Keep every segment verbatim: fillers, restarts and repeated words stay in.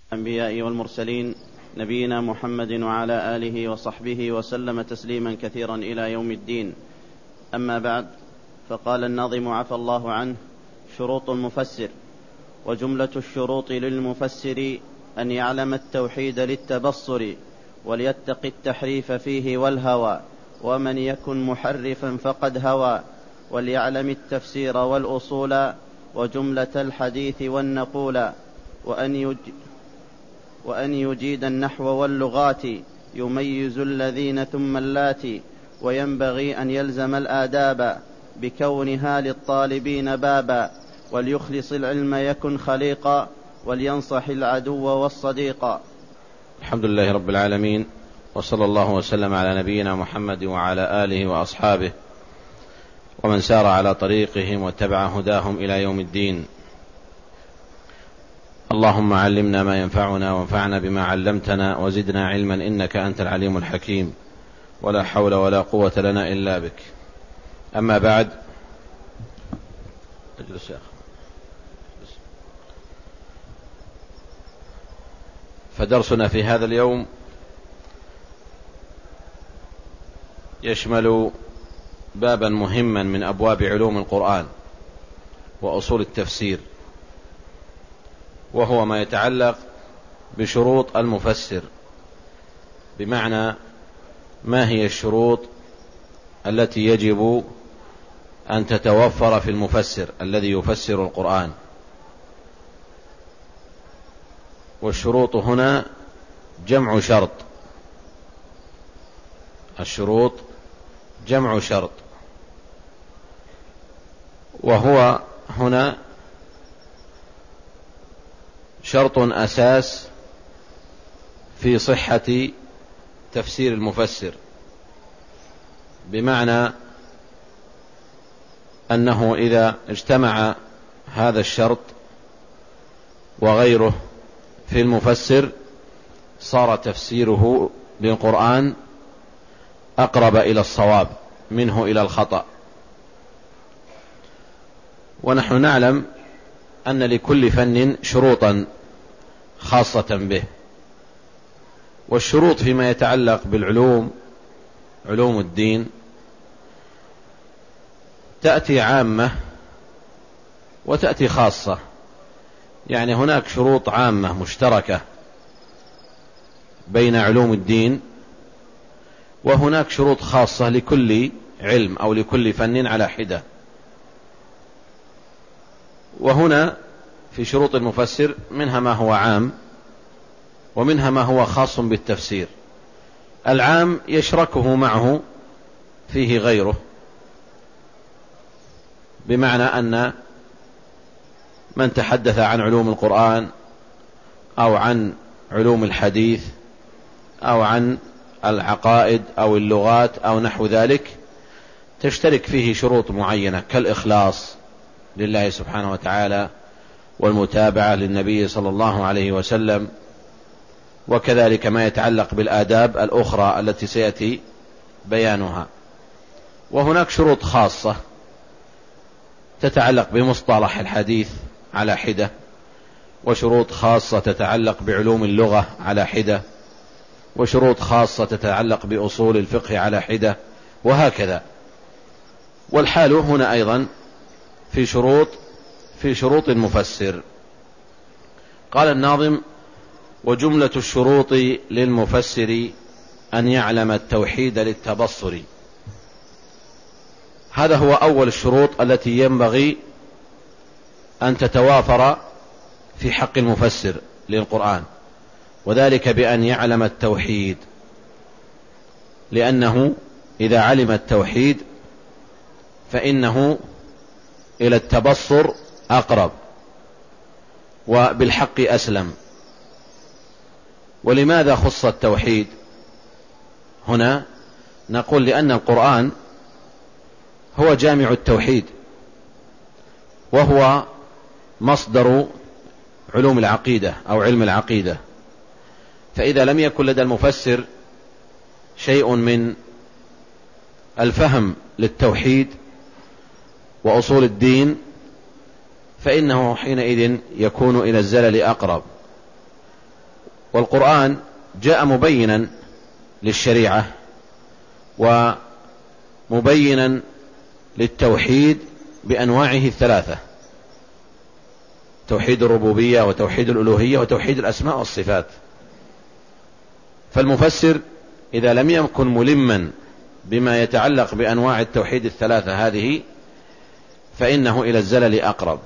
الأنبياء والمرسلين نبينا محمد وعلى آله وصحبه وسلم تسليما كثيرا إلى يوم الدين. أما بعد، فقال الناظم عفى الله عنه: شروط المفسر. وجملة الشروط للمفسر أن يعلم التوحيد للتبصر، وليتق التحريف فيه والهوى، ومن يكن محرفا فقد هوى، وليعلم التفسير والأصول، وجملة الحديث والنقول، وأن يج وأن يجيد النحو واللغات، يميز الذين ثم اللاتي، وينبغي أن يلزم الآداب بكونها للطالبين بابا، وليخلص العلم يكن خليقا، ولينصح العدو والصديقا. الحمد لله رب العالمين، وصلى الله وسلم على نبينا محمد وعلى آله وأصحابه ومن سار على طريقهم واتبع هداهم إلى يوم الدين. اللهم علمنا ما ينفعنا وانفعنا بما علمتنا وزدنا علما إنك أنت العليم الحكيم، ولا حول ولا قوة لنا إلا بك. أما بعد، اجلس يا أخي. فدرسنا في هذا اليوم يشمل بابا مهما من أبواب علوم القرآن وأصول التفسير، وهو ما يتعلق بشروط المفسر، بمعنى ما هي الشروط التي يجب أن تتوفر في المفسر الذي يفسر القرآن. والشروط هنا جمع شرط، الشروط جمع شرط، وهو هنا شرط أساس في صحة تفسير المفسر، بمعنى أنه إذا اجتمع هذا الشرط وغيره في المفسر صار تفسيره للقرآن أقرب إلى الصواب منه إلى الخطأ. ونحن نعلم أن لكل فن شروطا خاصة به، والشروط فيما يتعلق بالعلوم، علوم الدين، تأتي عامة وتأتي خاصة. يعني هناك شروط عامة مشتركة بين علوم الدين، وهناك شروط خاصة لكل علم أو لكل فن على حدة. وهنا في شروط المفسر منها ما هو عام ومنها ما هو خاص بالتفسير. العام يشركه معه فيه غيره، بمعنى أن من تحدث عن علوم القرآن أو عن علوم الحديث أو عن العقائد أو اللغات أو نحو ذلك تشترك فيه شروط معينة، كالإخلاص لله سبحانه وتعالى، والمتابعة للنبي صلى الله عليه وسلم، وكذلك ما يتعلق بالآداب الأخرى التي سيأتي بيانها. وهناك شروط خاصة تتعلق بمصطلح الحديث على حدة، وشروط خاصة تتعلق بعلوم اللغة على حدة، وشروط خاصة تتعلق بأصول الفقه على حدة، وهكذا. والحال هنا أيضا في شروط في شروط المفسر. قال الناظم: وجملة الشروط للمفسر أن يعلم التوحيد للتبصر. هذا هو أول الشروط التي ينبغي أن تتوافر في حق المفسر للقرآن، وذلك بأن يعلم التوحيد، لأنه إذا علم التوحيد فإنه إلى التبصر أقرب وبالحق أسلم. ولماذا خص التوحيد هنا؟ نقول لأن القرآن هو جامع التوحيد، وهو مصدر علوم العقيدة أو علم العقيدة. فإذا لم يكن لدى المفسر شيء من الفهم للتوحيد وأصول الدين فإنه حينئذ يكون إلى الزلل أقرب. والقرآن جاء مبينا للشريعة ومبينا للتوحيد بأنواعه الثلاثة: توحيد الربوبية وتوحيد الألوهية وتوحيد الأسماء والصفات. فالمفسر إذا لم يكن ملما بما يتعلق بأنواع التوحيد الثلاثة هذه فإنه إلى الزلل أقرب.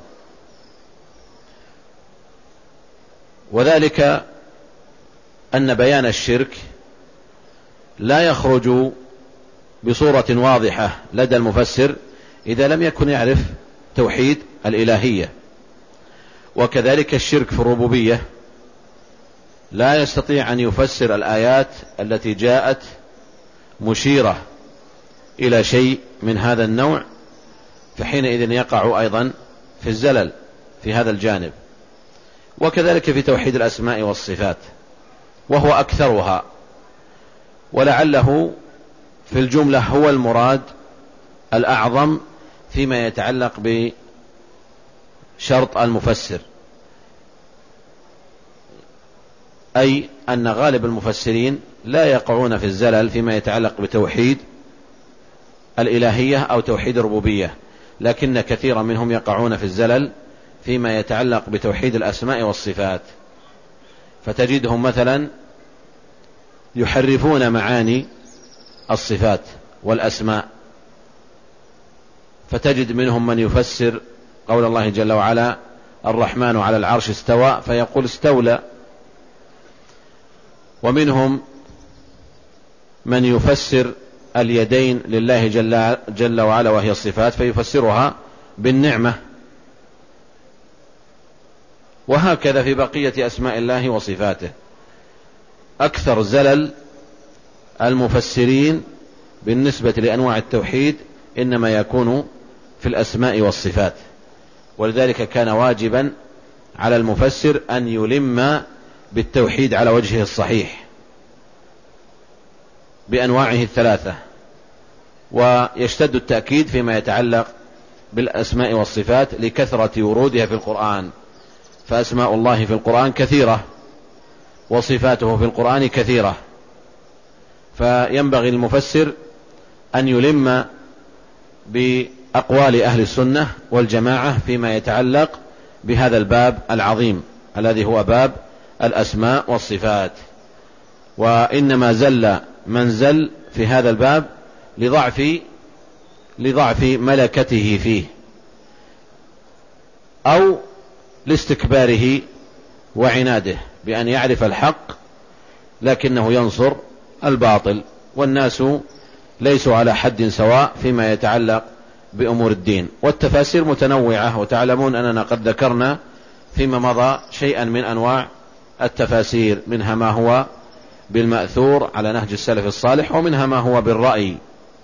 وذلك أن بيان الشرك لا يخرج بصورة واضحة لدى المفسر إذا لم يكن يعرف توحيد الإلهية. وكذلك الشرك في الربوبية لا يستطيع أن يفسر الآيات التي جاءت مشيرة إلى شيء من هذا النوع، فحينئذ يقع أيضا في الزلل في هذا الجانب. وكذلك في توحيد الأسماء والصفات، وهو أكثرها، ولعله في الجملة هو المراد الأعظم فيما يتعلق بشرط المفسر، أي أن غالب المفسرين لا يقعون في الزلل فيما يتعلق بتوحيد الإلهية أو توحيد الربوبية، لكن كثيرا منهم يقعون في الزلل فيما يتعلق بتوحيد الأسماء والصفات. فتجدهم مثلا يحرفون معاني الصفات والأسماء، فتجد منهم من يفسر قول الله جل وعلا: الرحمن على العرش استوى، فيقول استولى. ومنهم من يفسر اليدين لله جل, جل وعلا وهي الصفات فيفسرها بالنعمة. وهكذا في بقية أسماء الله وصفاته. أكثر زلل المفسرين بالنسبة لأنواع التوحيد إنما يكون في الأسماء والصفات، ولذلك كان واجبا على المفسر أن يلم بالتوحيد على وجهه الصحيح بأنواعه الثلاثة، ويشتد التأكيد فيما يتعلق بالأسماء والصفات لكثرة ورودها في القرآن. فأسماء الله في القرآن كثيرة وصفاته في القرآن كثيرة، فينبغي المفسر أن يلم بأقوال أهل السنة والجماعة فيما يتعلق بهذا الباب العظيم الذي هو باب الأسماء والصفات. وإنما زل من زل في هذا الباب لضعف لضعف ملكته فيه أو لاستكباره وعناده بأن يعرف الحق لكنه ينصر الباطل. والناس ليسوا على حد سواء فيما يتعلق بأمور الدين. والتفاسير متنوعة، وتعلمون أننا قد ذكرنا فيما مضى شيئا من أنواع التفاسير، منها ما هو بالمأثور على نهج السلف الصالح، ومنها ما هو بالرأي.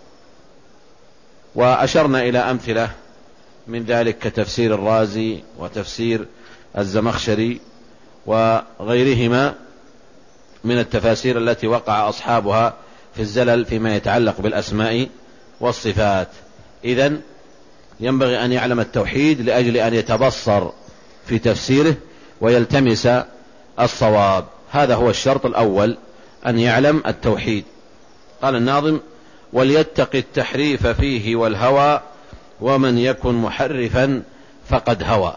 وأشرنا إلى أمثلة من ذلك كتفسير الرازي وتفسير الزمخشري وغيرهما من التفاسير التي وقع أصحابها في الزلل فيما يتعلق بالأسماء والصفات. إذن ينبغي أن يعلم التوحيد لأجل أن يتبصر في تفسيره ويلتمس الصواب. هذا هو الشرط الأول، أن يعلم التوحيد. قال الناظم: وليتق التحريف فيه والهوى، ومن يكن محرفا فقد هوى.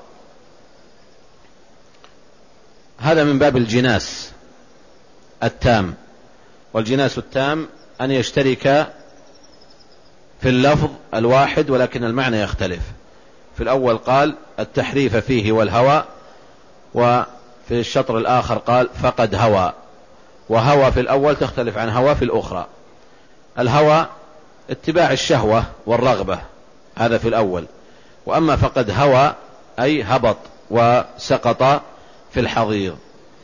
هذا من باب الجناس التام. والجناس التام أن يشترك في اللفظ الواحد ولكن المعنى يختلف. في الأول قال التحريف فيه والهوى، وفي الشطر الآخر قال فقد هوى. وهوى في الأول تختلف عن هوى في الأخرى. الهوى اتباع الشهوة والرغبة، هذا في الأول. وأما فقد هوى أي هبط وسقط في الحضيض.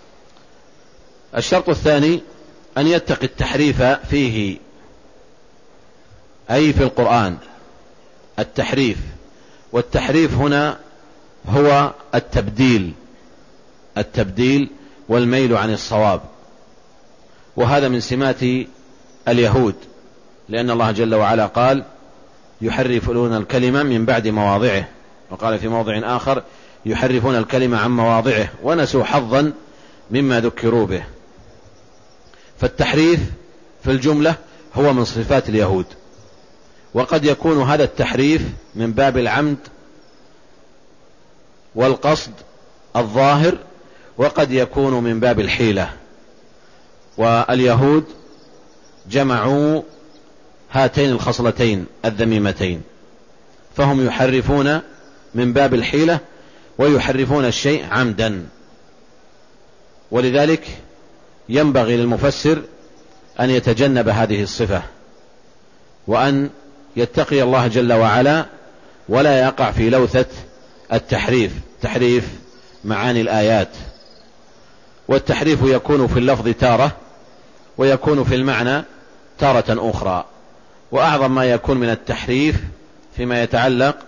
الشرط الثاني أن يتقي التحريف فيه، أي في القرآن التحريف. والتحريف هنا هو التبديل التبديل والميل عن الصواب، وهذا من سمات اليهود، لأن الله جل وعلا قال يحرفون الكلمة من بعد مواضعه، وقال في موضع آخر يحرفون الكلمة عن مواضعه، ونسوا حظا مما ذكروا به. فالتحريف في الجملة هو من صفات اليهود، وقد يكون هذا التحريف من باب العمد والقصد الظاهر، وقد يكون من باب الحيلة. واليهود جمعوا هاتين الخصلتين الذميمتين، فهم يحرفون من باب الحيلة ويحرفون الشيء عمدا. ولذلك ينبغي للمفسر أن يتجنب هذه الصفة، وأن يتقي الله جل وعلا ولا يقع في لوثة التحريف، تحريف معاني الآيات. والتحريف يكون في اللفظ تارة، ويكون في المعنى تارة أخرى. وأعظم ما يكون من التحريف فيما يتعلق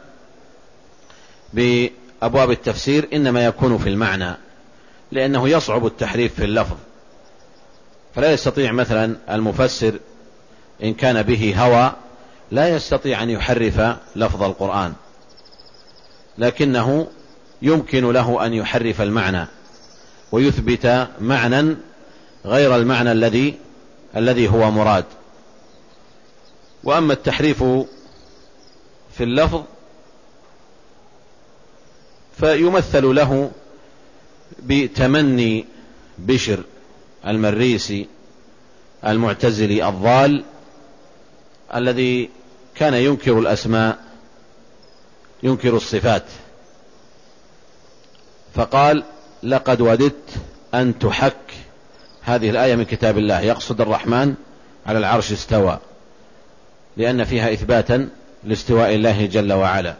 بأبواب التفسير إنما يكون في المعنى، لأنه يصعب التحريف في اللفظ، فلا يستطيع مثلا المفسر إن كان به هوى لا يستطيع أن يحرف لفظ القرآن، لكنه يمكن له أن يحرف المعنى ويثبت معنى غير المعنى الذي الذي هو مراد. وأما التحريف في اللفظ فيمثل له بتمني بشر المريسي المعتزلي الضال الذي كان ينكر الأسماء، ينكر الصفات، فقال: لقد وددت أن تحك هذه الآية من كتاب الله، يقصد الرحمن على العرش استوى، لأن فيها إثباتا لاستواء الله جل وعلا.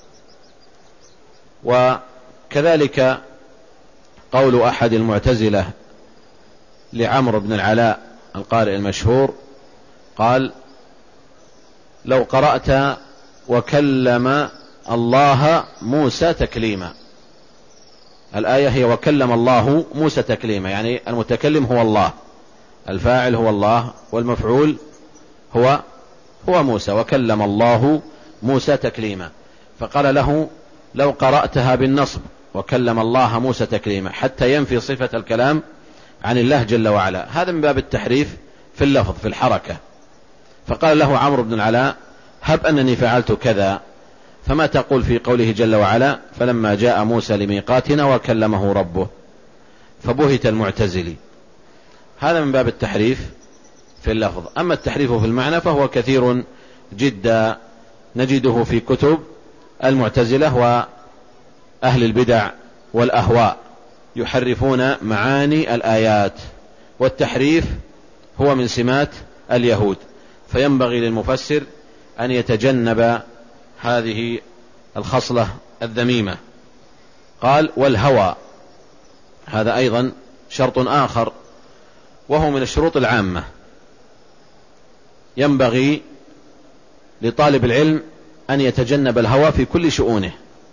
وكذلك قول أحد المعتزلة لعمرو بن العلاء القارئ المشهور، قال: لو قرأت وكلم الله موسى تكليما. الآية هي وكلم الله موسى تكليما، يعني المتكلم هو الله، الفاعل هو الله، والمفعول هو هو موسى، وكلم الله موسى تكليما. فقال له: لو قرأتها بالنصب وكلم الله موسى تكليما، حتى ينفي صفة الكلام عن الله جل وعلا. هذا من باب التحريف في اللفظ في الحركة. فقال له عمرو بن العلاء: هب أنني فعلت كذا، فما تقول في قوله جل وعلا: فلما جاء موسى لميقاتنا وكلمه ربه؟ فبهت المعتزلي. هذا من باب التحريف في اللفظ. أما التحريف في المعنى فهو كثير جدا، نجده في كتب المعتزلة وأهل البدع والأهواء، يحرفون معاني الآيات. والتحريف هو من سمات اليهود، فينبغي للمفسر أن يتجنب هذه الخصلة الذميمة. قال: والهوى، هذا أيضا شرط آخر وهو من الشروط العامة. ينبغي لطالب العلم أن يتجنب الهوى في كل شؤونه،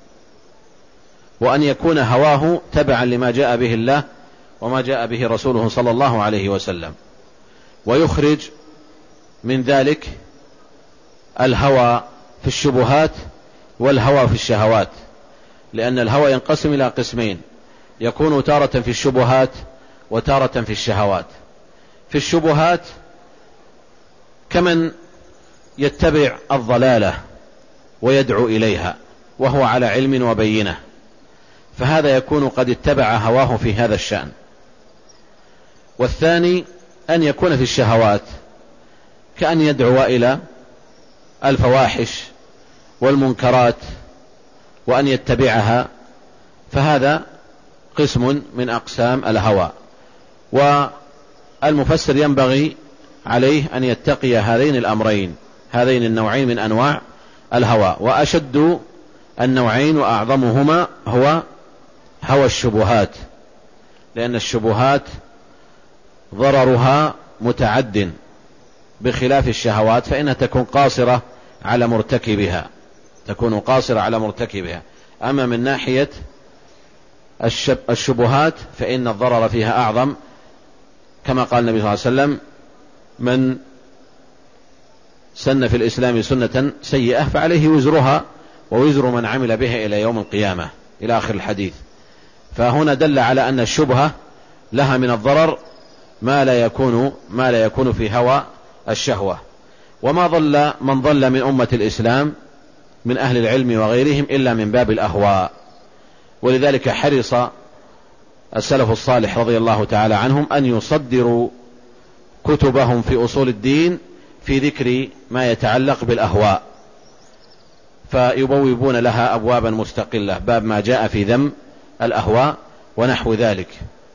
وأن يكون هواه تبعا لما جاء به الله وما جاء به رسوله صلى الله عليه وسلم، ويخرج من ذلك الهوى في الشبهات والهوى في الشهوات، لأن الهوى ينقسم إلى قسمين، يكون تارة في الشبهات وتارة في الشهوات. في الشبهات كمن يتبع الضلالة ويدعو إليها وهو على علم وبينة، فهذا يكون قد اتبع هواه في هذا الشأن. والثاني أن يكون في الشهوات، كأن يدعو إلى الفواحش والمنكرات وأن يتبعها، فهذا قسم من أقسام الهوى. والمفسر ينبغي عليه أن يتقي هذين الأمرين، هذين النوعين من أنواع الهوى. وأشد النوعين وأعظمهما هو هوى الشبهات، لأن الشبهات ضررها متعد بخلاف الشهوات، فإنها تكون قاصرة على مرتكبها، تكون قاصرة على مرتكبها. أما من ناحية الشبهات فإن الضرر فيها أعظم، كما قال النبي صلى الله عليه وسلم: من سن في الإسلام سنة سيئة فعليه وزرها ووزر من عمل بها إلى يوم القيامة، إلى آخر الحديث. فهنا دل على أن الشبهة لها من الضرر ما لا يكون ما لا يكون في هوى الشهوة. وما ضل من ضل من أمة الإسلام من أهل العلم وغيرهم إلا من باب الأهواء. ولذلك حرص السلف الصالح رضي الله تعالى عنهم أن يصدروا كتبهم في أصول الدين في ذكر ما يتعلق بالأهواء، فيبوبون لها أبوابا مستقلة، باب ما جاء في ذم الأهواء ونحو ذلك.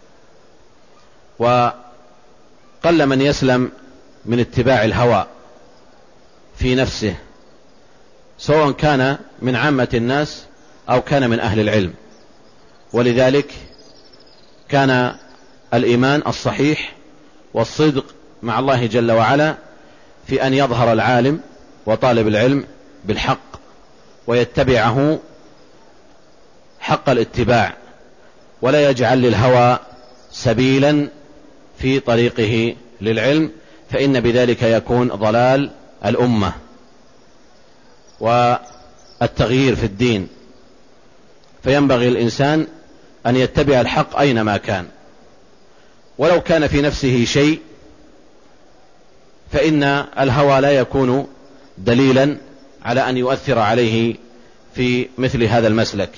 وقل من يسلم من اتباع الهوى في نفسه، سواء كان من عامة الناس أو كان من أهل العلم. ولذلك كان الإيمان الصحيح والصدق مع الله جل وعلا في أن يظهر العالم وطالب العلم بالحق ويتبعه حق الاتباع، ولا يجعل للهوى سبيلا في طريقه للعلم، فإن بذلك يكون ضلال الأمة والتغيير في الدين. فينبغي الإنسان أن يتبع الحق أينما كان، ولو كان في نفسه شيء فإن الهوى لا يكون دليلا على أن يؤثر عليه في مثل هذا المسلك.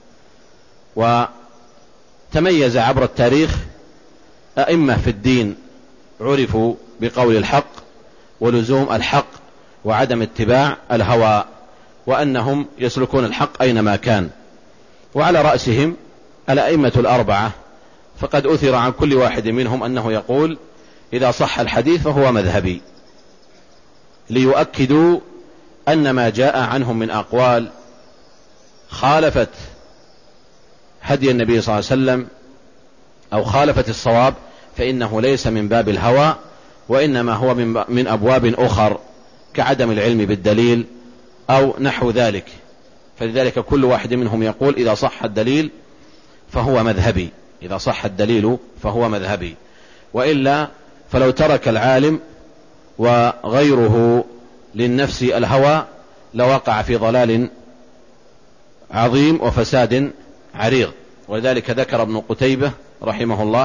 وتميز عبر التاريخ أئمة في الدين عرفوا بقول الحق ولزوم الحق وعدم اتباع الهوى، وأنهم يسلكون الحق أينما كان. وعلى رأسهم الأئمة الأربعة، فقد أثر عن كل واحد منهم أنه يقول إذا صح الحديث فهو مذهبي، ليؤكدوا أن ما جاء عنهم من أقوال خالفت هدي النبي صلى الله عليه وسلم أو خالفت الصواب فإنه ليس من باب الهوى، وإنما هو من أبواب أخر كعدم العلم بالدليل أو نحو ذلك. فلذلك كل واحد منهم يقول إذا صح الدليل فهو مذهبي، إذا صح الدليل فهو مذهبي، وإلا فلو ترك العالم وغيره للنفس الهوى لوقع في ضلال عظيم وفساد عريض. ولذلك ذكر ابن قتيبة رحمه الله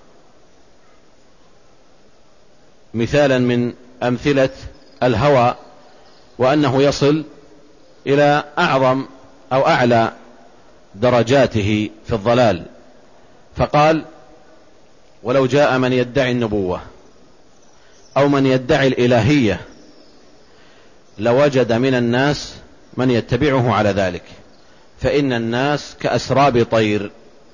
مثالا من أمثلة الهوى، وأنه يصل إلى أعظم أو أعلى درجاته في الضلال، فقال ولو جاء من يدعي النبوة أو من يدعي الإلهية لوجد من الناس من يتبعه على ذلك، فإن الناس كأسراب طير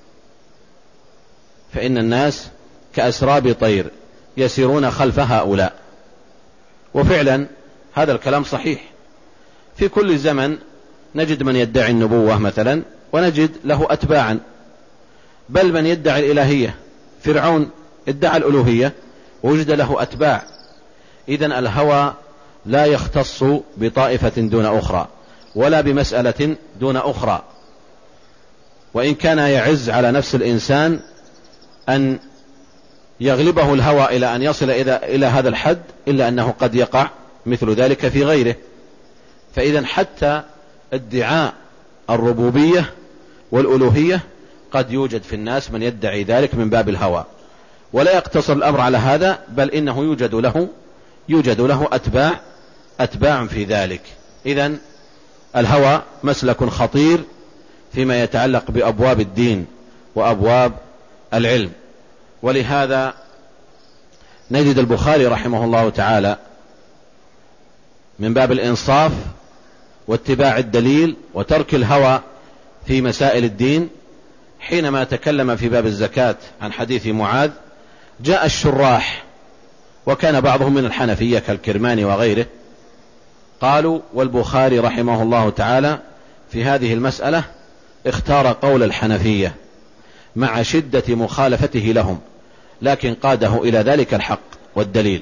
فإن الناس كأسراب طير يسيرون خلف هؤلاء. وفعلا هذا الكلام صحيح، في كل زمن نجد من يدعي النبوة مثلا ونجد له أتباعا، بل من يدعي الإلهية، فرعون ادعى الألوهية ووجد له أتباع. إذن الهوى لا يختص بطائفة دون أخرى ولا بمسألة دون أخرى، وإن كان يعز على نفس الإنسان أن يغلبه الهوى إلى أن يصل إلى هذا الحد، إلا أنه قد يقع مثل ذلك في غيره. فإذا حتى ادعاء الربوبية والألوهية قد يوجد في الناس من يدعي ذلك من باب الهوى، ولا يقتصر الأمر على هذا، بل إنه يوجد له يوجد له أتباع أتباع في ذلك. إذن الهوى مسلك خطير فيما يتعلق بأبواب الدين وأبواب العلم. ولهذا نجد البخاري رحمه الله تعالى من باب الإنصاف واتباع الدليل وترك الهوى في مسائل الدين، حينما تكلم في باب الزكاة عن حديث معاذ جاء الشراح، وكان بعضهم من الحنفية كالكرماني وغيره، قالوا والبخاري رحمه الله تعالى في هذه المسألة اختار قول الحنفية مع شدة مخالفته لهم، لكن قاده إلى ذلك الحق والدليل.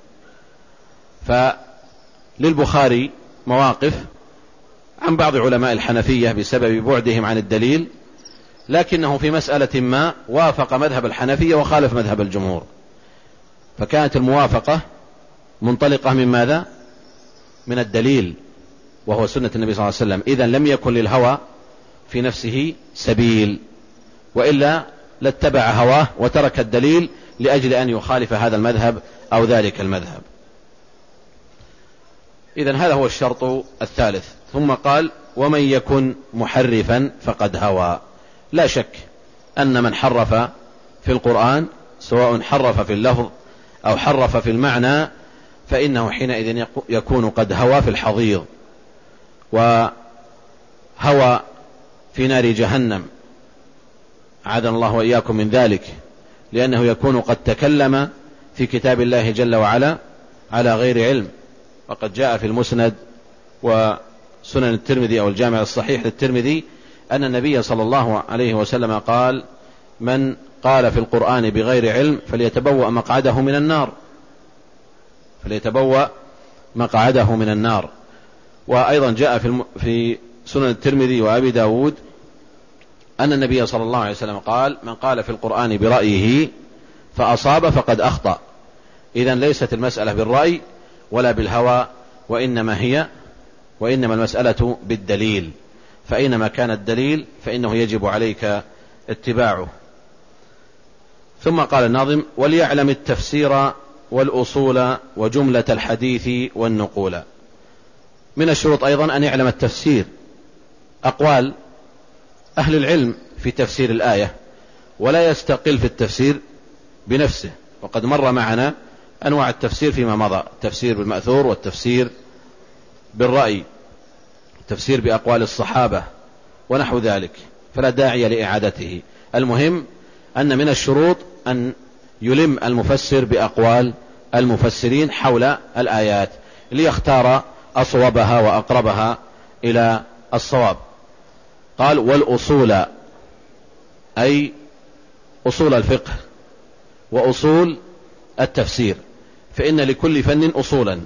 فللبخاري مواقف عن بعض علماء الحنفية بسبب بعدهم عن الدليل، لكنه في مسألة ما وافق مذهب الحنفية وخالف مذهب الجمهور، فكانت الموافقة منطلقة من ماذا؟ من الدليل، وهو سنة النبي صلى الله عليه وسلم. إذن لم يكن للهوى في نفسه سبيل، وإلا لاتبع هواه وترك الدليل لأجل أن يخالف هذا المذهب أو ذلك المذهب. إذن هذا هو الشرط الثالث. ثم قال ومن يكن محرفا فقد هوى. لا شك أن من حرف في القرآن سواء حرف في اللفظ أو حرف في المعنى فإنه حينئذ يكون قد هوى في الحضيض وهوى في نار جهنم، أعاذنا الله وإياكم من ذلك، لأنه يكون قد تكلم في كتاب الله جل وعلا على غير علم. وقد جاء في المسند وسنن الترمذي أو الجامع الصحيح للترمذي أن النبي صلى الله عليه وسلم قال من قال في القرآن بغير علم فليتبوأ مقعده من النار، فليتبوأ مقعده من النار. وأيضا جاء في, الم... في سنن الترمذي وأبي داود أن النبي صلى الله عليه وسلم قال من قال في القرآن برأيه فأصاب فقد أخطأ. إذن ليست المسألة بالرأي ولا بالهوى، وإنما هي وإنما المسألة بالدليل، فأينما كان الدليل فإنه يجب عليك اتباعه. ثم قال الناظم وليعلم التفسير والأصول وجملة الحديث والنقول. من الشروط أيضا أن يعلم التفسير، أقوال أهل العلم في تفسير الآية، ولا يستقل في التفسير بنفسه. وقد مر معنا أنواع التفسير فيما مضى، التفسير بالمأثور والتفسير بالرأي، التفسير بأقوال الصحابة ونحو ذلك، فلا داعي لإعادته. المهم أن من الشروط أن يلم المفسر بأقوال المفسرين حول الآيات ليختار أصوبها وأقربها إلى الصواب. قال والأصول أي أصول الفقه وأصول التفسير، فإن لكل فن أصولا،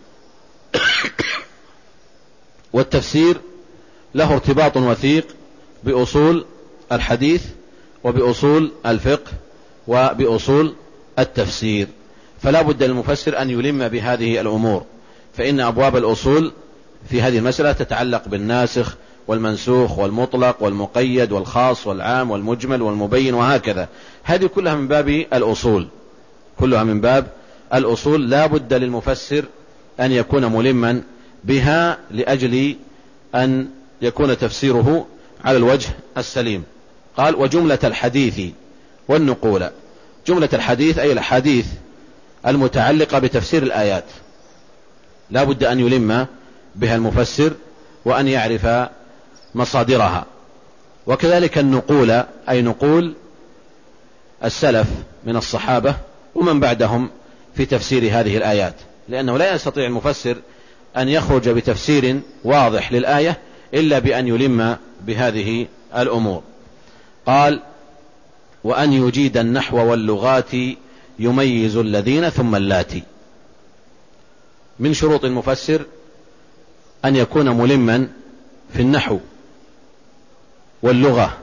والتفسير له ارتباط وثيق بأصول الحديث وبأصول الفقه وبأصول التفسير، فلا بد للمفسر أن يلم بهذه الأمور، فإن أبواب الأصول في هذه المسألة تتعلق بالناسخ والمنسوخ والمطلق والمقيد والخاص والعام والمجمل والمبين وهكذا. هذه كلها من باب الأصول، كلها من باب الأصول، لا بد للمفسر أن يكون ملما بها لأجل أن يكون تفسيره على الوجه السليم. قال وجملة الحديث والنقول. جملة الحديث أي الحديث المتعلقة بتفسير الآيات لا بد أن يلم بها المفسر وأن يعرف مصادرها. وكذلك النقول أي نقول السلف من الصحابة ومن بعدهم في تفسير هذه الآيات، لأنه لا يستطيع المفسر أن يخرج بتفسير واضح للآية إلا بأن يلم بهذه الأمور. قال وأن يجيد النحو واللغات يميز الذين ثم اللاتي. من شروط المفسر أن يكون ملما في النحو واللغة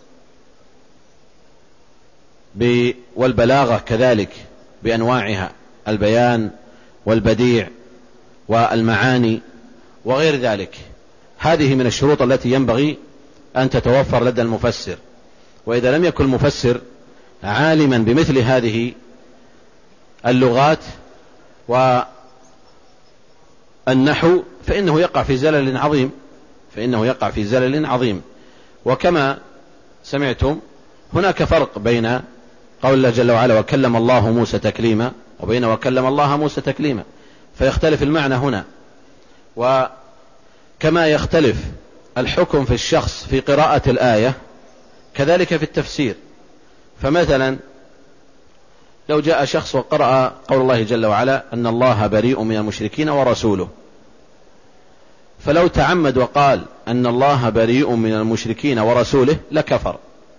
والبلاغة كذلك بأنواعها، البيان والبديع والمعاني وغير ذلك. هذه من الشروط التي ينبغي أن تتوفر لدى المفسر. وإذا لم يكن المفسر عالما بمثل هذه اللغات والنحو فإنه يقع في زلل عظيم، فإنه يقع في زلل عظيم. وكما سمعتم هناك فرق بين قول الله جل وعلا وكلم الله موسى تكليما وبين وكلم الله موسى تكليما، فيختلف المعنى هنا. وكما يختلف الحكم في الشخص في قراءة الآية كذلك في التفسير. فمثلا لو جاء شخص وقرأ قول الله جل وعلا أن الله بريء من المشركين ورسوله، فلو تعمد وقال أن الله بريء من المشركين ورسوله لكفر،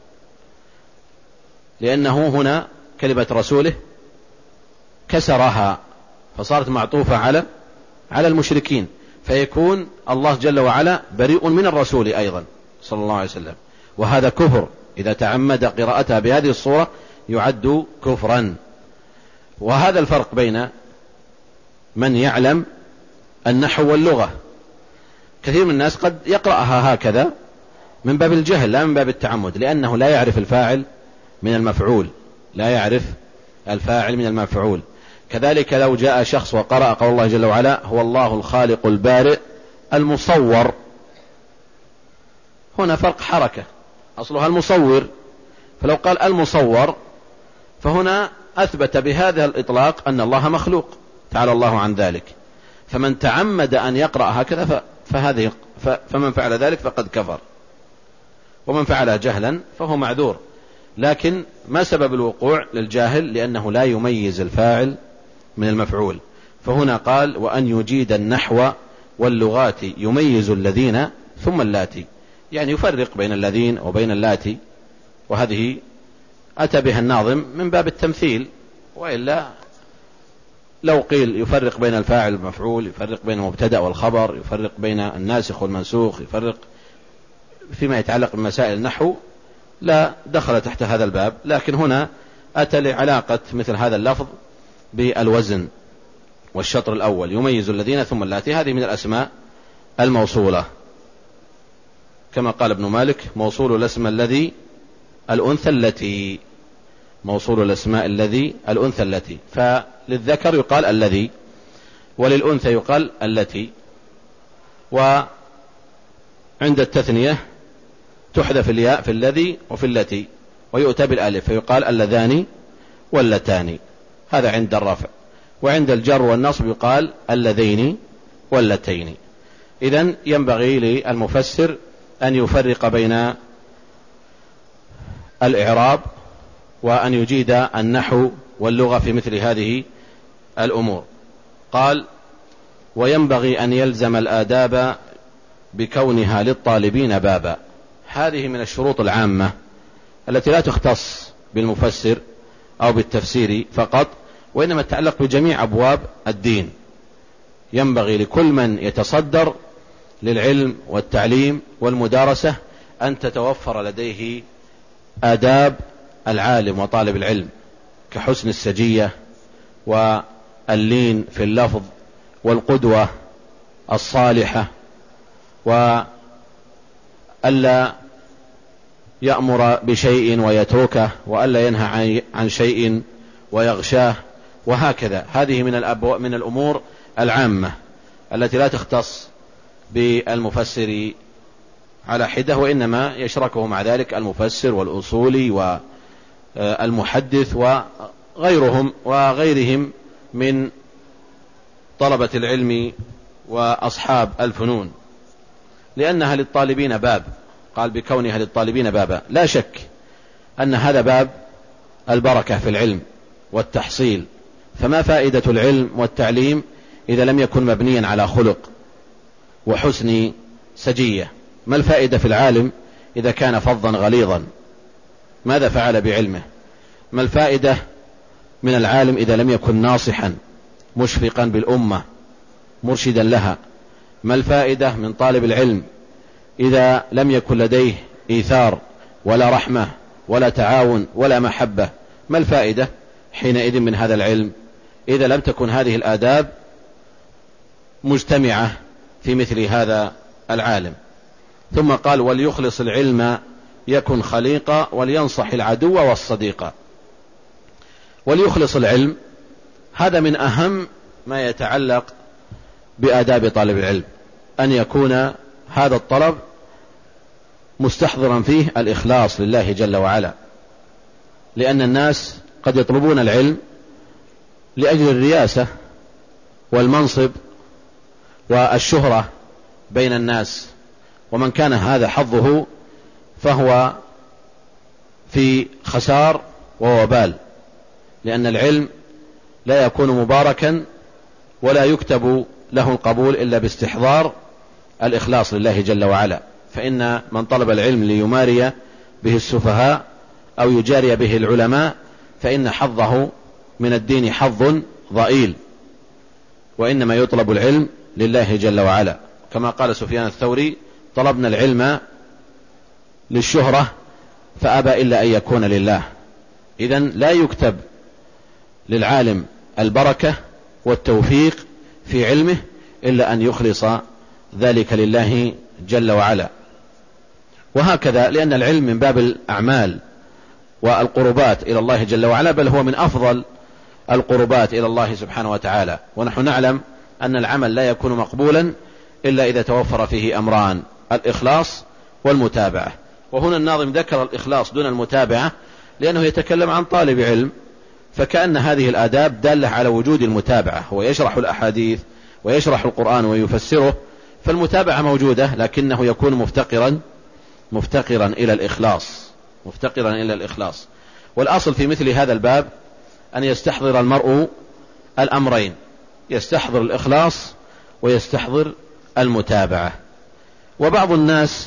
لأنه هنا كلمة رسوله كسرها فصارت معطوفة على على المشركين، فيكون الله جل وعلا بريء من الرسول أيضا صلى الله عليه وسلم، وهذا كفر. إذا تعمد قراءتها بهذه الصورة يعد كفرا. وهذا الفرق بين من يعلم النحو واللغة. كثير من الناس قد يقرأها هكذا من باب الجهل لا من باب التعمد، لأنه لا يعرف الفاعل من المفعول، لا يعرف الفاعل من المفعول. كذلك لو جاء شخص وقرأ قول الله جل وعلا هو الله الخالق البارئ المصور، هنا فرق حركة، أصلها المصور، فلو قال المصور فهنا أثبت بهذا الإطلاق أن الله مخلوق، تعالى الله عن ذلك. فمن تعمد أن يقرأ هكذا فهذه فمن فعل ذلك فقد كفر، ومن فعل جهلا فهو معذور. لكن ما سبب الوقوع للجاهل؟ لأنه لا يميز الفاعل من المفعول. فهنا قال وأن يجيد النحو واللغات يميز الذين ثم اللاتي، يعني يفرق بين الذين وبين اللاتي، وهذه أتى بها الناظم من باب التمثيل، وإلا لو قيل يفرق بين الفاعل والمفعول، يفرق بين المبتدأ والخبر، يفرق بين الناسخ والمنسوخ، يفرق فيما يتعلق بمسائل النحو، لا دخل تحت هذا الباب. لكن هنا أتى لعلاقة مثل هذا اللفظ بالوزن والشطر الأول، يميز الذين ثم اللاتي، هذه من الأسماء الموصولة، كما قال ابن مالك موصول الاسم الذي الأنثى التي، موصول الاسماء الذي الأنثى التي. فللذكر يقال الذي، وللأنثى يقال التي، وعند التثنية تحذف الياء في الذي وفي التي، ويؤتى بالالف فيقال اللذان واللتان، هذا عند الرفع. وعند الجر والنصب يقال اللذين واللتين. إذن ينبغي للمفسر أن يفرق بين الإعراب وأن يجيد النحو واللغة في مثل هذه الأمور. قال وينبغي أن يلزم الآداب بكونها للطالبين بابا. هذه من الشروط العامة التي لا تختص بالمفسر أو بالتفسير فقط، وإنما تتعلق بجميع أبواب الدين. ينبغي لكل من يتصدر للعلم والتعليم والمدارسة أن تتوفر لديه آداب العالم وطالب العلم، كحسن السجية واللين في اللفظ والقدوة الصالحة، وألا يأمر بشيء ويتركه، وألا ينهى عن شيء ويغشاه، وهكذا. هذه من الأبو من الأمور العامة التي لا تختص بالمفسر على حدة، وإنما يشركه مع ذلك المفسر والأصولي والمحدث وغيرهم وغيرهم من طلبة العلم وأصحاب الفنون، لأنها للطالبين باب. قال بكونها للطالبين بابا، لا شك أن هذا باب البركة في العلم والتحصيل. فما فائدة العلم والتعليم إذا لم يكن مبنيا على خلق وحسن سجية؟ ما الفائدة في العالم إذا كان فظا غليظا؟ ماذا فعل بعلمه؟ ما الفائدة من العالم إذا لم يكن ناصحا مشفقا بالأمة مرشدا لها؟ ما الفائدة من طالب العلم إذا لم يكن لديه إيثار ولا رحمة ولا تعاون ولا محبة؟ ما الفائدة حينئذ من هذا العلم إذا لم تكن هذه الآداب مجتمعة في مثل هذا العالم؟ ثم قال وليخلص العلم يكن خليقا ولينصح العدو والصديق. وليخلص العلم، هذا من أهم ما يتعلق بآداب طالب العلم، أن يكون هذا الطلب مستحضرا فيه الإخلاص لله جل وعلا، لأن الناس قد يطلبون العلم لأجل الرياسة والمنصب والشهرة بين الناس، ومن كان هذا حظه فهو في خسار ووبال، لأن العلم لا يكون مباركا ولا يكتب له القبول إلا باستحضار الإخلاص لله جل وعلا. فإن من طلب العلم ليماري به السفهاء أو يجاري به العلماء فإن حظه من الدين حظ ضئيل، وإنما يطلب العلم لله جل وعلا، كما قال سفيان الثوري طلبنا العلم للشهرة فأبى إلا أن يكون لله. إذن لا يكتب للعالم البركة والتوفيق في علمه إلا أن يخلص ذلك لله جل وعلا. وهكذا لأن العلم من باب الأعمال والقربات إلى الله جل وعلا، بل هو من أفضل القربات إلى الله سبحانه وتعالى. ونحن نعلم أن العمل لا يكون مقبولا إلا إذا توفر فيه أمران: الإخلاص والمتابعة. وهنا الناظم ذكر الإخلاص دون المتابعة لأنه يتكلم عن طالب علم، فكأن هذه الآداب دالة على وجود المتابعة. هو يشرح الأحاديث ويشرح القرآن ويفسره، فالمتابعة موجودة، لكنه يكون مفتقرا مفتقرا إلى الإخلاص مفتقرا إلى الإخلاص. والأصل في مثل هذا الباب أن يستحضر المرء الأمرين: يستحضر الإخلاص ويستحضر المتابعة. وبعض الناس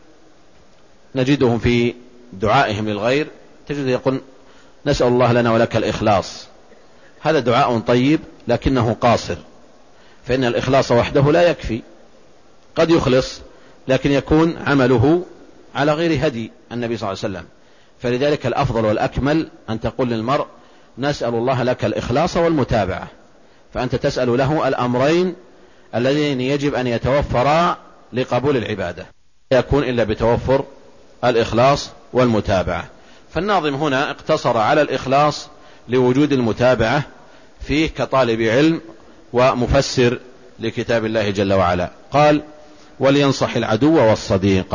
نجدهم في دعائهم للغير تجد يقول: نسأل الله لنا ولك الإخلاص. هذا دعاء طيب لكنه قاصر، فإن الإخلاص وحده لا يكفي. قد يخلص لكن يكون عمله على غير هدي النبي صلى الله عليه وسلم. فلذلك الأفضل والأكمل أن تقول للمرء: نسأل الله لك الإخلاص والمتابعة. فأنت تسأل له الأمرين اللذين يجب أن يتوفرا لقبول العبادة، لا يكون إلا بتوفر الإخلاص والمتابعة. فالناظم هنا اقتصر على الإخلاص لوجود المتابعة فيه كطالب علم ومفسر لكتاب الله جل وعلا. قال: ولينصح العدو والصديق،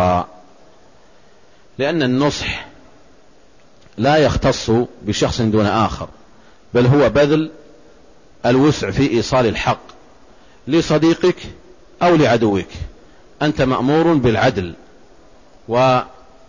لأن النصح لا يختص بشخص دون آخر، بل هو بذل الوسع في إيصال الحق لصديقك أو لعدوك. أنت مأمور بالعدل ونصرة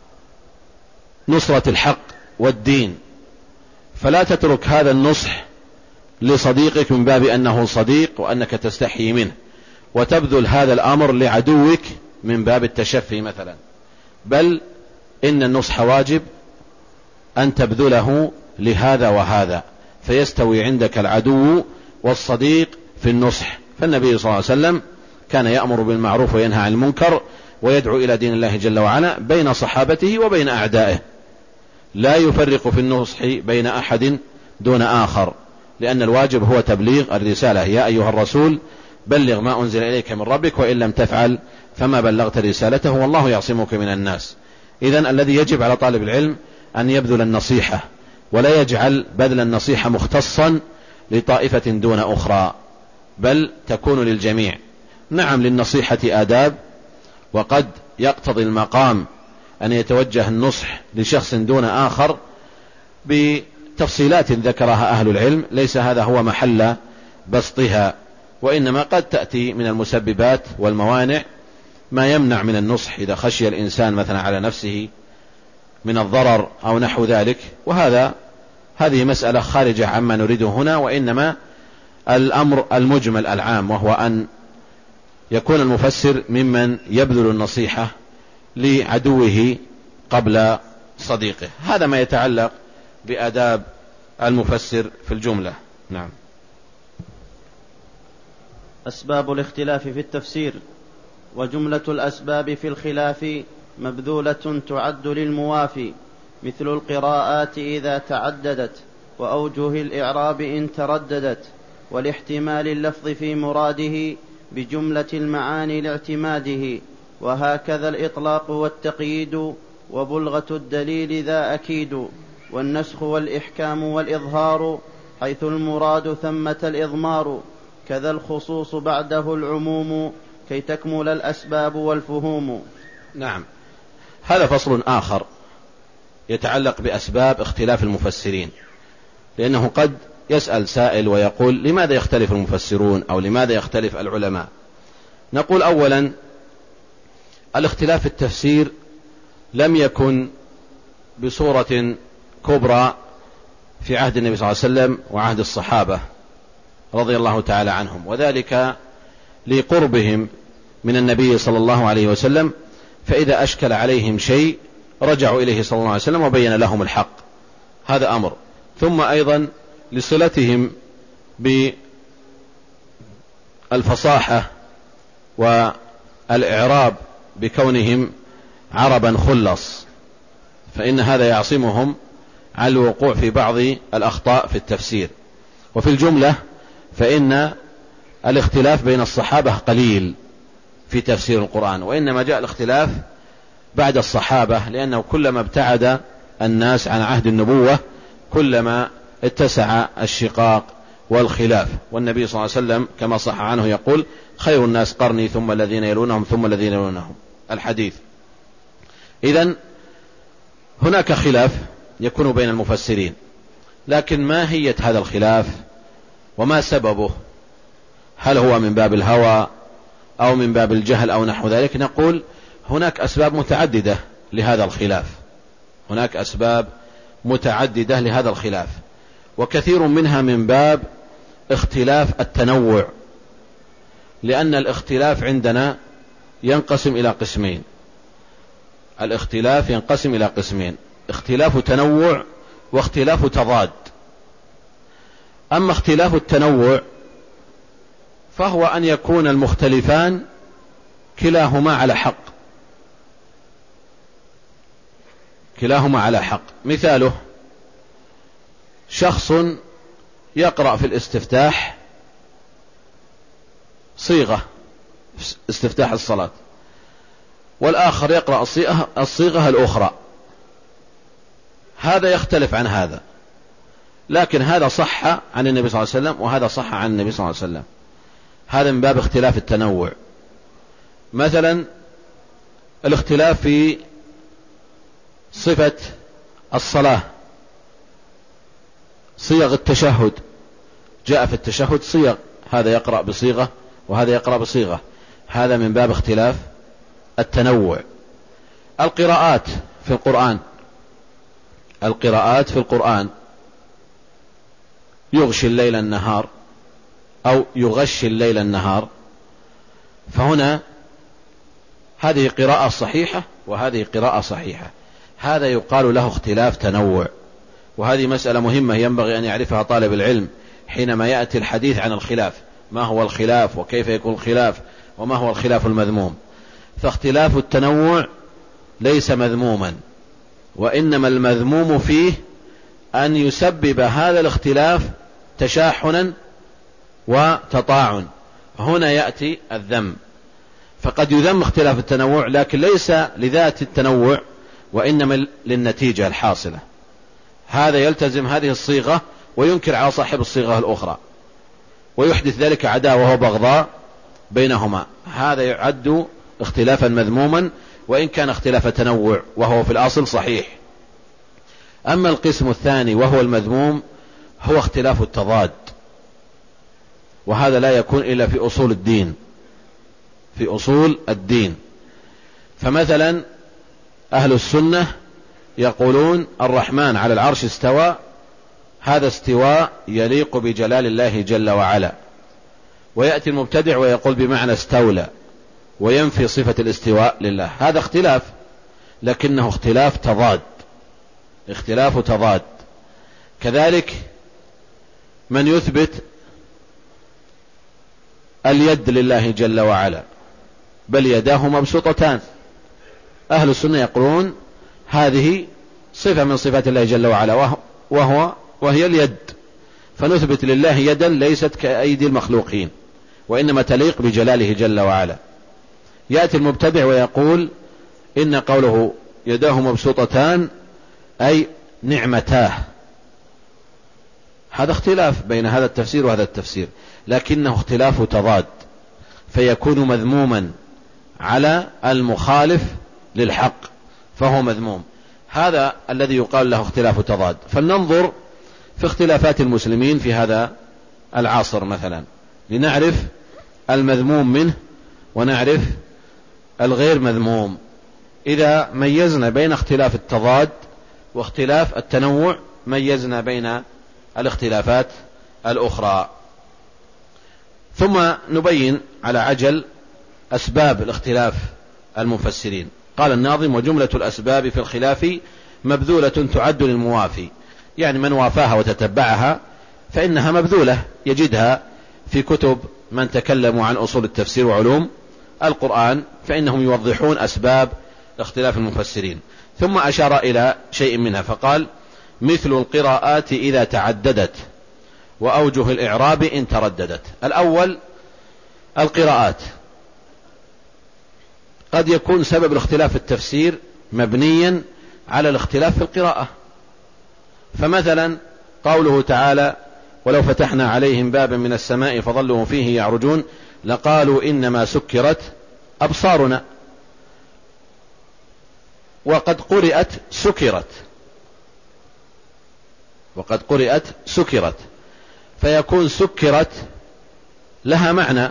الحق والدين، فلا تترك هذا النصح لصديقك من باب أنه صديق وأنك تستحي منه، وتبذل هذا الأمر لعدوك من باب التشفي مثلا، بل إن النصح واجب أن تبذله لهذا وهذا، فيستوي عندك العدو والصديق في النصح. فالنبي صلى الله عليه وسلم كان يأمر بالمعروف وينهى عن المنكر ويدعو إلى دين الله جل وعلا بين صحابته وبين أعدائه، لا يفرق في النصح بين أحد دون آخر، لأن الواجب هو تبليغ الرسالة: يا أيها الرسول بلغ ما أنزل إليك من ربك وإن لم تفعل فما بلغت رسالته والله يعصمك من الناس. إذن الذي يجب على طالب العلم أن يبذل النصيحة، ولا يجعل بذل النصيحة مختصا لطائفة دون أخرى، بل تكون للجميع. نعم، للنصيحة آداب، وقد يقتضي المقام أن يتوجه النصح لشخص دون آخر بتفصيلات ذكرها أهل العلم، ليس هذا هو محل بسطها، وإنما قد تأتي من المسببات والموانع ما يمنع من النصح إذا خشي الإنسان مثلا على نفسه من الضرر أو نحو ذلك، وهذا هذه مسألة خارجة عما نريده هنا، وإنما الأمر المجمل العام وهو أن يكون المفسر ممن يبذل النصيحة لعدوه قبل صديقه. هذا ما يتعلق بآداب المفسر في الجملة. نعم. أسباب الاختلاف في التفسير. وجملة الأسباب في الخلاف مبذولة تعد للموافي، مثل القراءات إذا تعددت، وأوجه الإعراب إن ترددت، والاحتمال اللفظ في مراده بجملة المعاني لاعتماده، وهكذا الإطلاق والتقييد، وبلغة الدليل ذا أكيد، والنسخ والإحكام والإظهار، حيث المراد ثمة الإضمار، كذا الخصوص بعده العموم، كي تكمل الأسباب والفهوم. نعم، هذا فصل آخر يتعلق بأسباب اختلاف المفسرين، لأنه قد يسأل سائل ويقول: لماذا يختلف المفسرون أو لماذا يختلف العلماء؟ نقول أولا: الاختلاف في التفسير لم يكن بصورة كبرى في عهد النبي صلى الله عليه وسلم وعهد الصحابة رضي الله تعالى عنهم، وذلك لقربهم من النبي صلى الله عليه وسلم، فإذا أشكل عليهم شيء رجعوا إليه صلى الله عليه وسلم وبين لهم الحق، هذا أمر. ثم أيضا لصلتهم بالفصاحة والإعراب بكونهم عربا خلص، فإن هذا يعصمهم عن الوقوع في بعض الأخطاء في التفسير. وفي الجملة فإن الاختلاف بين الصحابة قليل في تفسير القرآن، وإنما جاء الاختلاف بعد الصحابة، لأنه كلما ابتعد الناس عن عهد النبوة كلما اتسع الشقاق والخلاف. والنبي صلى الله عليه وسلم كما صح عنه يقول: خير الناس قرني ثم الذين يلونهم ثم الذين يلونهم، الحديث. إذن هناك خلاف يكون بين المفسرين، لكن ما هي هذا الخلاف وما سببه؟ هل هو من باب الهوى أو من باب الجهل أو نحو ذلك؟ نقول هناك أسباب متعددة لهذا الخلاف، هناك أسباب متعددة لهذا الخلاف، وكثير منها من باب اختلاف التنوع، لأن الاختلاف عندنا ينقسم إلى قسمين. الاختلاف ينقسم إلى قسمين: اختلاف تنوع واختلاف تضاد. أما اختلاف التنوع فهو أن يكون المختلفان كلاهما على حق، كلاهما على حق. مثاله: شخص يقرأ في الاستفتاح صيغة استفتاح الصلاة، والآخر يقرأ الصيغة, الصيغة الأخرى، هذا يختلف عن هذا، لكن هذا صح عن النبي صلى الله عليه وسلم وهذا صح عن النبي صلى الله عليه وسلم. هذا من باب اختلاف التنوع. مثلا الاختلاف في صفة الصلاة، صيغ التشهد، جاء في التشهد صيغ، هذا يقرأ بصيغة وهذا يقرأ بصيغة، هذا من باب اختلاف التنوع. القراءات في القرآن، القراءات في القرآن يغشي الليل النهار أو يغشي الليل النهار، فهنا هذه قراءة صحيحة وهذه قراءة صحيحة، هذا يقال له اختلاف تنوع. وهذه مسألة مهمة ينبغي أن يعرفها طالب العلم حينما يأتي الحديث عن الخلاف، ما هو الخلاف وكيف يكون الخلاف وما هو الخلاف المذموم. فاختلاف التنوع ليس مذموما، وإنما المذموم فيه أن يسبب هذا الاختلاف تشاحنا وتطاعن، هنا يأتي الذم. فقد يذم اختلاف التنوع لكن ليس لذات التنوع وإنما للنتيجة الحاصلة، هذا يلتزم هذه الصيغة وينكر على صاحب الصيغة الأخرى ويحدث ذلك عداوة وبغضاء بينهما، هذا يعد اختلافا مذموما وإن كان اختلاف تنوع وهو في الأصل صحيح. أما القسم الثاني وهو المذموم هو اختلاف التضاد، وهذا لا يكون إلا في أصول الدين، في أصول الدين. فمثلا أهل السنة يقولون الرحمن على العرش استوى، هذا استواء يليق بجلال الله جل وعلا، ويأتي المبتدع ويقول بمعنى استولى وينفي صفة الاستواء لله، هذا اختلاف لكنه اختلاف تضاد، اختلاف تضاد. كذلك من يثبت اليد لله جل وعلا بل يداه مبسوطتان، أهل السنة يقولون هذه صفة من صفات الله جل وعلا وهو وهي اليد، فنثبت لله يدا ليست كأيدي المخلوقين وإنما تليق بجلاله جل وعلا. يأتي المبتدع ويقول إن قوله يداه مبسوطتان أي نعمتاه، هذا اختلاف بين هذا التفسير وهذا التفسير، لكنه اختلاف تضاد فيكون مذموما على المخالف للحق فهو مذموم، هذا الذي يقال له اختلاف تضاد. فلننظر في اختلافات المسلمين في هذا العصر مثلا لنعرف المذموم منه ونعرف الغير مذموم. إذا ميزنا بين اختلاف التضاد واختلاف التنوع ميزنا بين الاختلافات الأخرى. ثم نبين على عجل أسباب الاختلاف المفسرين. قال الناظم: وجملة الأسباب في الخلاف مبذولة تعد للموافي، يعني من وافاها وتتبعها فإنها مبذولة، يجدها في كتب من تكلموا عن أصول التفسير وعلوم القرآن، فإنهم يوضحون أسباب اختلاف المفسرين. ثم أشار إلى شيء منها فقال: مثل القراءات إذا تعددت وأوجه الإعراب إن ترددت. الأول القراءات، قد يكون سبب الاختلاف في التفسير مبنيا على الاختلاف في القراءة. فمثلا قوله تعالى ولو فتحنا عليهم بابا من السماء فظلوا فيه يعرجون لقالوا إنما سكرت أبصارنا، وقد قرأت سكرت، وقد قرأت سكرت، فيكون سكرت لها معنى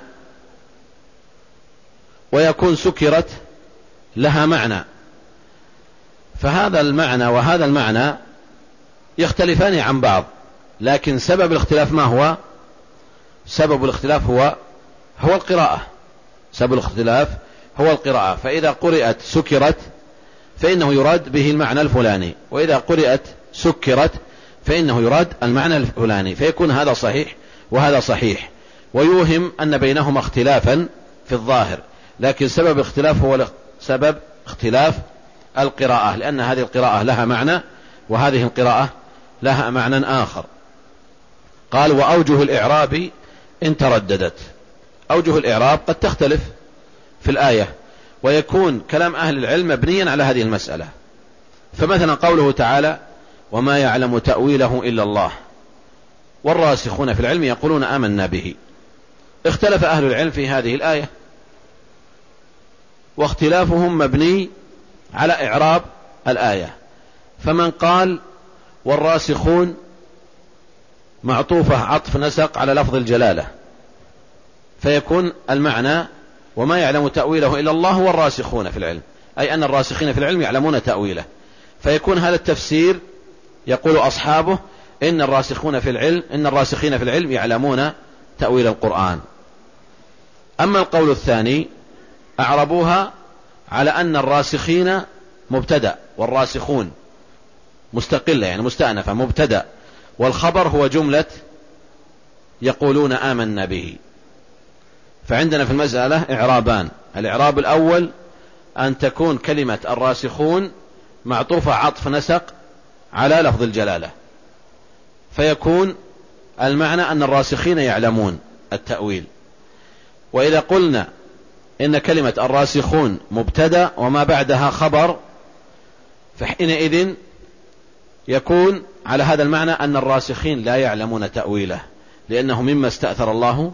ويكون سكرت لها معنى، فهذا المعنى وهذا المعنى يختلفان عن بعض، لكن سبب الاختلاف ما هو؟ سبب الاختلاف هو هو القراءة. سبب الاختلاف هو القراءة. فإذا قرأت سكرت فإنه يراد به المعنى الفلاني، وإذا قرأت سكرت فإنه يراد المعنى الفلاني، فيكون هذا صحيح وهذا صحيح، ويوهم أن بينهما اختلافا في الظاهر، لكن سبب الاختلاف هو سبب اختلاف القراءة، لأن هذه القراءة لها معنى وهذه القراءة لها معنى آخر. قال وأوجه الإعراب إن ترددت. أوجه الإعراب قد تختلف في الآية، ويكون كلام أهل العلم مبنيا على هذه المسألة. فمثلا قوله تعالى وما يعلم تأويله إلا الله والراسخون في العلم يقولون آمنا به. اختلف أهل العلم في هذه الآية، واختلافهم مبني على إعراب الآية. فمن قال والراسخون معطوفة عطف نسق على لفظ الجلالة، فيكون المعنى وما يعلم تأويله إلا الله والراسخون في العلم، أي أن الراسخين في العلم يعلمون تأويله، فيكون هذا التفسير يقول أصحابه إن الراسخون في العلم إن الراسخين في العلم يعلمون تأويل القرآن. أما القول الثاني أعربوها على أن الراسخين مبتدأ والراسخون مستقلة، يعني مستأنفة مبتدأ، والخبر هو جملة يقولون آمنا به. فعندنا في المسألة إعرابان: الإعراب الأول أن تكون كلمة الراسخون معطوفة عطف نسق على لفظ الجلالة، فيكون المعنى أن الراسخين يعلمون التأويل. وإذا قلنا إن كلمة الراسخون مبتدأ وما بعدها خبر، فحينئذ يكون على هذا المعنى أن الراسخين لا يعلمون تأويله، لأنه مما استأثر الله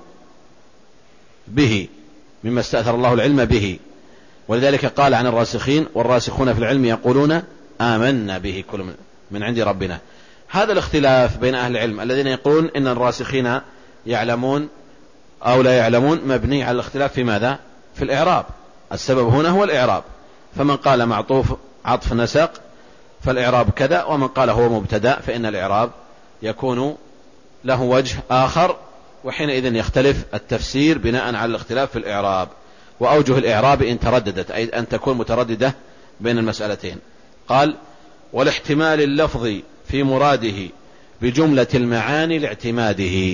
به، مما استأثر الله العلم به. ولذلك قال عن الراسخين والراسخون في العلم يقولون آمنا به كل من عند ربنا. هذا الاختلاف بين أهل العلم الذين يقولون إن الراسخين يعلمون أو لا يعلمون مبني على الاختلاف في ماذا؟ في الإعراب. السبب هنا هو الإعراب، فمن قال معطوف عطف نسق فالإعراب كذا، ومن قال هو مبتدأ فإن الإعراب يكون له وجه آخر، وحينئذ يختلف التفسير بناء على الاختلاف في الإعراب. وأوجه الإعراب إن ترددت، أي أن تكون مترددة بين المسألتين. قال والاحتمال اللفظي في مراده بجملة المعاني لاعتماده.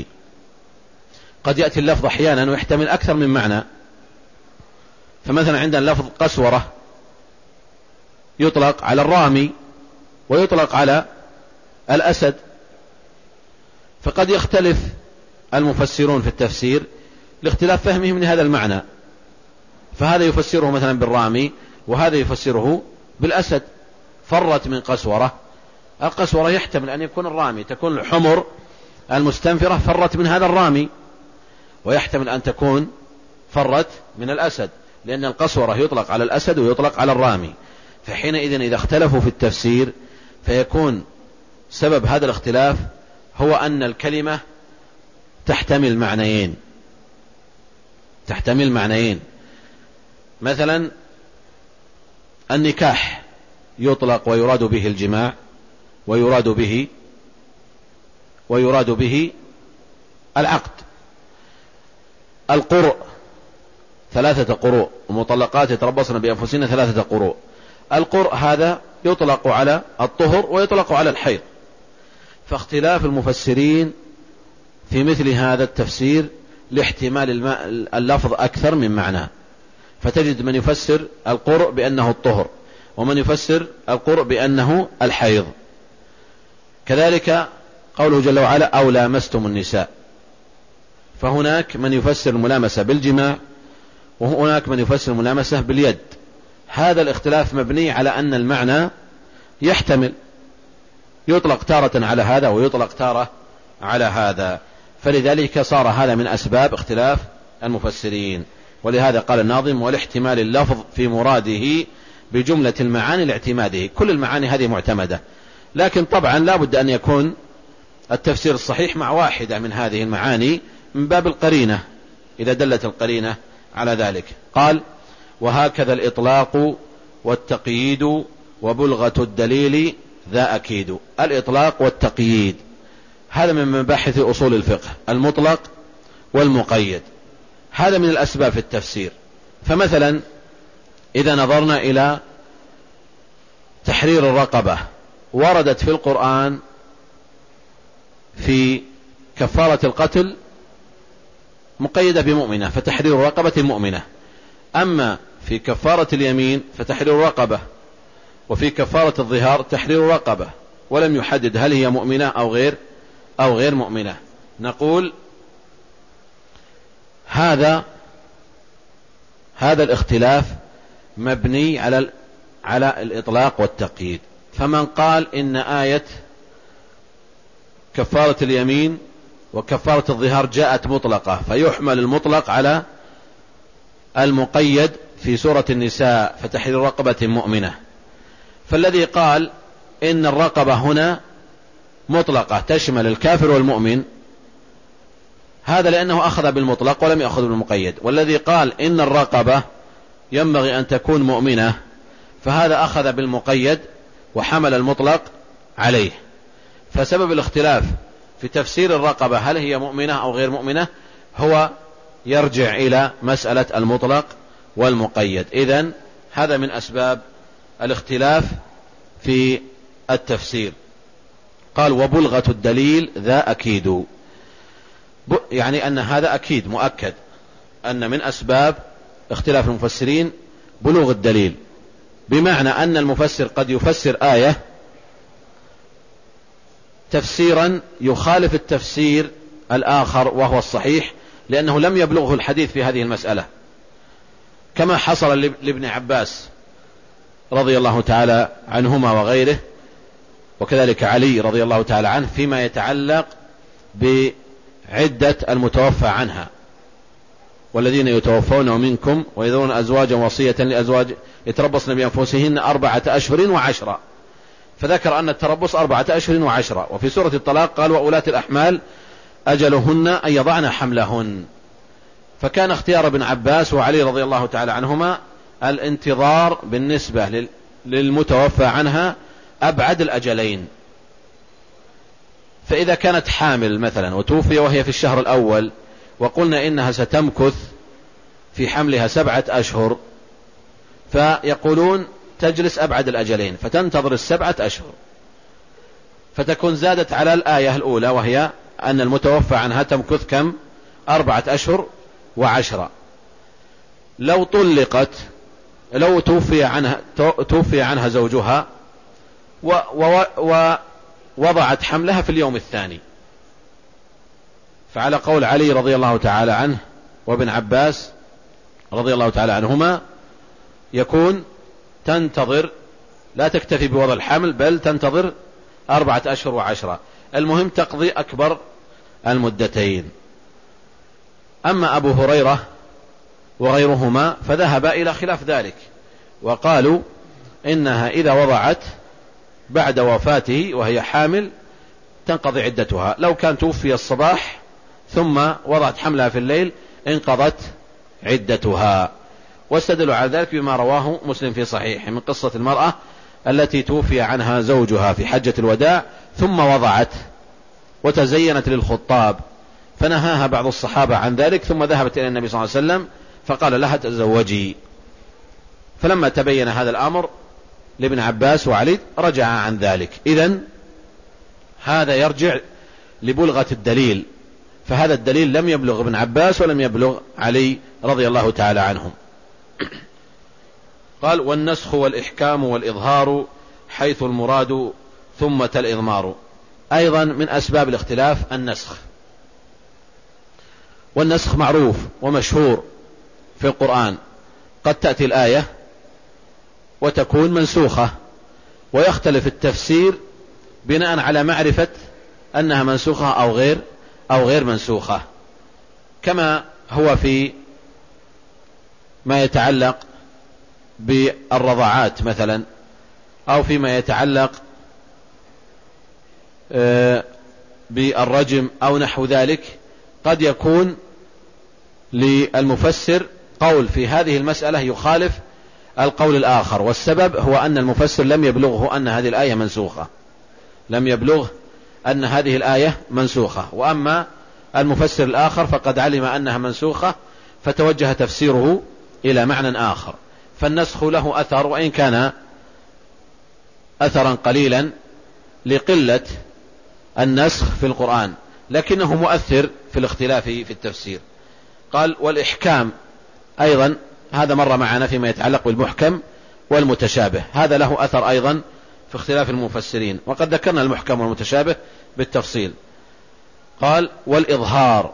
قد يأتي اللفظ أحيانا ويحتمل أكثر من معنى، فمثلا عندنا لفظ قسورة يطلق على الرامي ويطلق على الأسد، فقد يختلف المفسرون في التفسير لاختلاف فهمهم لهذا المعنى، فهذا يفسره مثلا بالرامي وهذا يفسره بالأسد. فرت من قسورة، القسورة يحتمل أن يكون الرامي، تكون الحمر المستنفرة فرت من هذا الرامي، ويحتمل أن تكون فرت من الأسد، لأن القسورة يطلق على الأسد ويطلق على الرامي. فحينئذ إذا اختلفوا في التفسير فيكون سبب هذا الاختلاف هو أن الكلمة تحتمل معنيين تحتمل معنيين مثلا النكاح يطلق ويراد به الجماع، ويراد به ويراد به العقد. القرء ثلاثة قروء، المطلقات يتربصن بأنفسهن ثلاثة قروء. القرء هذا يطلق على الطهر ويطلق على الحيض. فاختلاف المفسرين في مثل هذا التفسير لاحتمال اللفظ أكثر من معنى، فتجد من يفسر القرء بأنه الطهر، ومن يفسر القرء بأنه الحيض. كذلك قوله جل وعلا أو لامستم النساء، فهناك من يفسر الملامسة بالجماع وهناك من يفسر الملامسة باليد. هذا الاختلاف مبني على أن المعنى يحتمل، يطلق تارة على هذا ويطلق تارة على هذا، فلذلك صار هذا من أسباب اختلاف المفسرين. ولهذا قال الناظم: والاحتمال اللفظ في مراده بجملة المعاني لاعتماده. كل المعاني هذه معتمدة، لكن طبعا لا بد أن يكون التفسير الصحيح مع واحدة من هذه المعاني من باب القرينة إذا دلت القرينة على ذلك. قال: وهكذا الإطلاق والتقييد وبلغة الدليل ذا أكيد. الإطلاق والتقييد هذا من مباحث أصول الفقه، المطلق والمقيد، هذا من الأسباب في التفسير. فمثلا إذا نظرنا إلى تحرير الرقبة، وردت في القرآن في كفارة القتل مقيدة بمؤمنة، فتحرير رقبة مؤمنة. أما في كفارة اليمين فتحرير رقبة، وفي كفارة الظهار تحرير رقبة، ولم يحدد هل هي مؤمنة أو غير أو غير مؤمنة. نقول هذا هذا الاختلاف مبني على على الإطلاق والتقييد. فمن قال إن آية كفارة اليمين وكفارة الظهار جاءت مطلقة، فيحمل المطلق على المقيد في سورة النساء فتحرير رقبة مؤمنة. فالذي قال إن الرقبة هنا مطلقة تشمل الكافر والمؤمن، هذا لأنه أخذ بالمطلق ولم يأخذ بالمقيد. والذي قال إن الرقبة ينبغي أن تكون مؤمنة، فهذا أخذ بالمقيد وحمل المطلق عليه. فسبب الاختلاف في تفسير الرقبة هل هي مؤمنة أو غير مؤمنة هو يرجع إلى مسألة المطلق والمقيد. إذن هذا من أسباب الاختلاف في التفسير. قال: وبلغة الدليل ذا أكيد، يعني أن هذا أكيد مؤكد أن من أسباب اختلاف المفسرين بلوغ الدليل، بمعنى أن المفسر قد يفسر آية تفسيرا يخالف التفسير الآخر وهو الصحيح، لأنه لم يبلغه الحديث في هذه المسألة، كما حصل لابن عباس رضي الله تعالى عنهما وغيره، وكذلك علي رضي الله تعالى عنه فيما يتعلق بعدة المتوفى عنها: والذين يتوفون منكم ويذرون أزواجا وصية لأزواج يتربصن بأنفسهن أربعة أشهر وعشرة، فذكر أن التربص أربعة أشهر وعشرة. وفي سورة الطلاق قال: وأولاة الأحمال أجلهن أن يضعن حملهن. فكان اختيار ابن عباس وعلي رضي الله تعالى عنهما الانتظار بالنسبة للمتوفى عنها أبعد الأجلين. فإذا كانت حامل مثلا وتوفي وهي في الشهر الأول، وقلنا إنها ستمكث في حملها سبعة أشهر، فيقولون تجلس أبعد الأجلين فتنتظر السبعة أشهر، فتكون زادت على الآية الأولى وهي أن المتوفى عنها تمكث كم؟ أربعة أشهر وعشرة. لو طلقت، لو توفي عنها توفي عنها زوجها ووضعت حملها في اليوم الثاني، فعلى قول علي رضي الله تعالى عنه وابن عباس رضي الله تعالى عنهما يكون تنتظر، لا تكتفي بوضع الحمل بل تنتظر أربعة أشهر وعشرة، المهم تقضي أكبر المدتين. أما أبو هريرة وغيرهما فذهب إلى خلاف ذلك، وقالوا إنها إذا وضعت بعد وفاته وهي حامل تنقضي عدتها، لو كان توفي الصباح ثم وضعت حملها في الليل انقضت عدتها. واستدلوا على ذلك بما رواه مسلم في صحيحه من قصة المرأة التي توفي عنها زوجها في حجة الوداع ثم وضعت وتزينت للخطاب، فنهاها بعض الصحابة عن ذلك، ثم ذهبت إلى النبي صلى الله عليه وسلم فقال لها تزوجي. فلما تبين هذا الأمر لابن عباس وعلي رجع عن ذلك. إذن هذا يرجع لبلغة الدليل، فهذا الدليل لم يبلغ ابن عباس ولم يبلغ علي رضي الله تعالى عنهم. قال: والنسخ والإحكام والإظهار حيث المراد ثم الإضمار. أيضا من أسباب الاختلاف النسخ، والنسخ معروف ومشهور في القرآن، قد تأتي الآية وتكون منسوخة ويختلف التفسير بناء على معرفة أنها منسوخة أو غير أو غير منسوخة، كما هو في ما يتعلق بالرضاعات مثلا، أو فيما يتعلق بالرجم أو نحو ذلك. قد يكون للمفسر قول في هذه المسألة يخالف القول الآخر، والسبب هو أن المفسر لم يبلغه أن هذه الآية منسوخة، لم يبلغ أن هذه الآية منسوخة. وأما المفسر الآخر فقد علم أنها منسوخة فتوجه تفسيره إلى معنى آخر، فالنسخ له أثر وإن كان أثرا قليلا لقلة النسخ في القرآن، لكنه مؤثر في الاختلاف في التفسير. قال والإحكام أيضا، هذا مر معنا فيما يتعلق بالمحكم والمتشابه، هذا له أثر أيضا في اختلاف المفسرين، وقد ذكرنا المحكم والمتشابه بالتفصيل. قال والإظهار،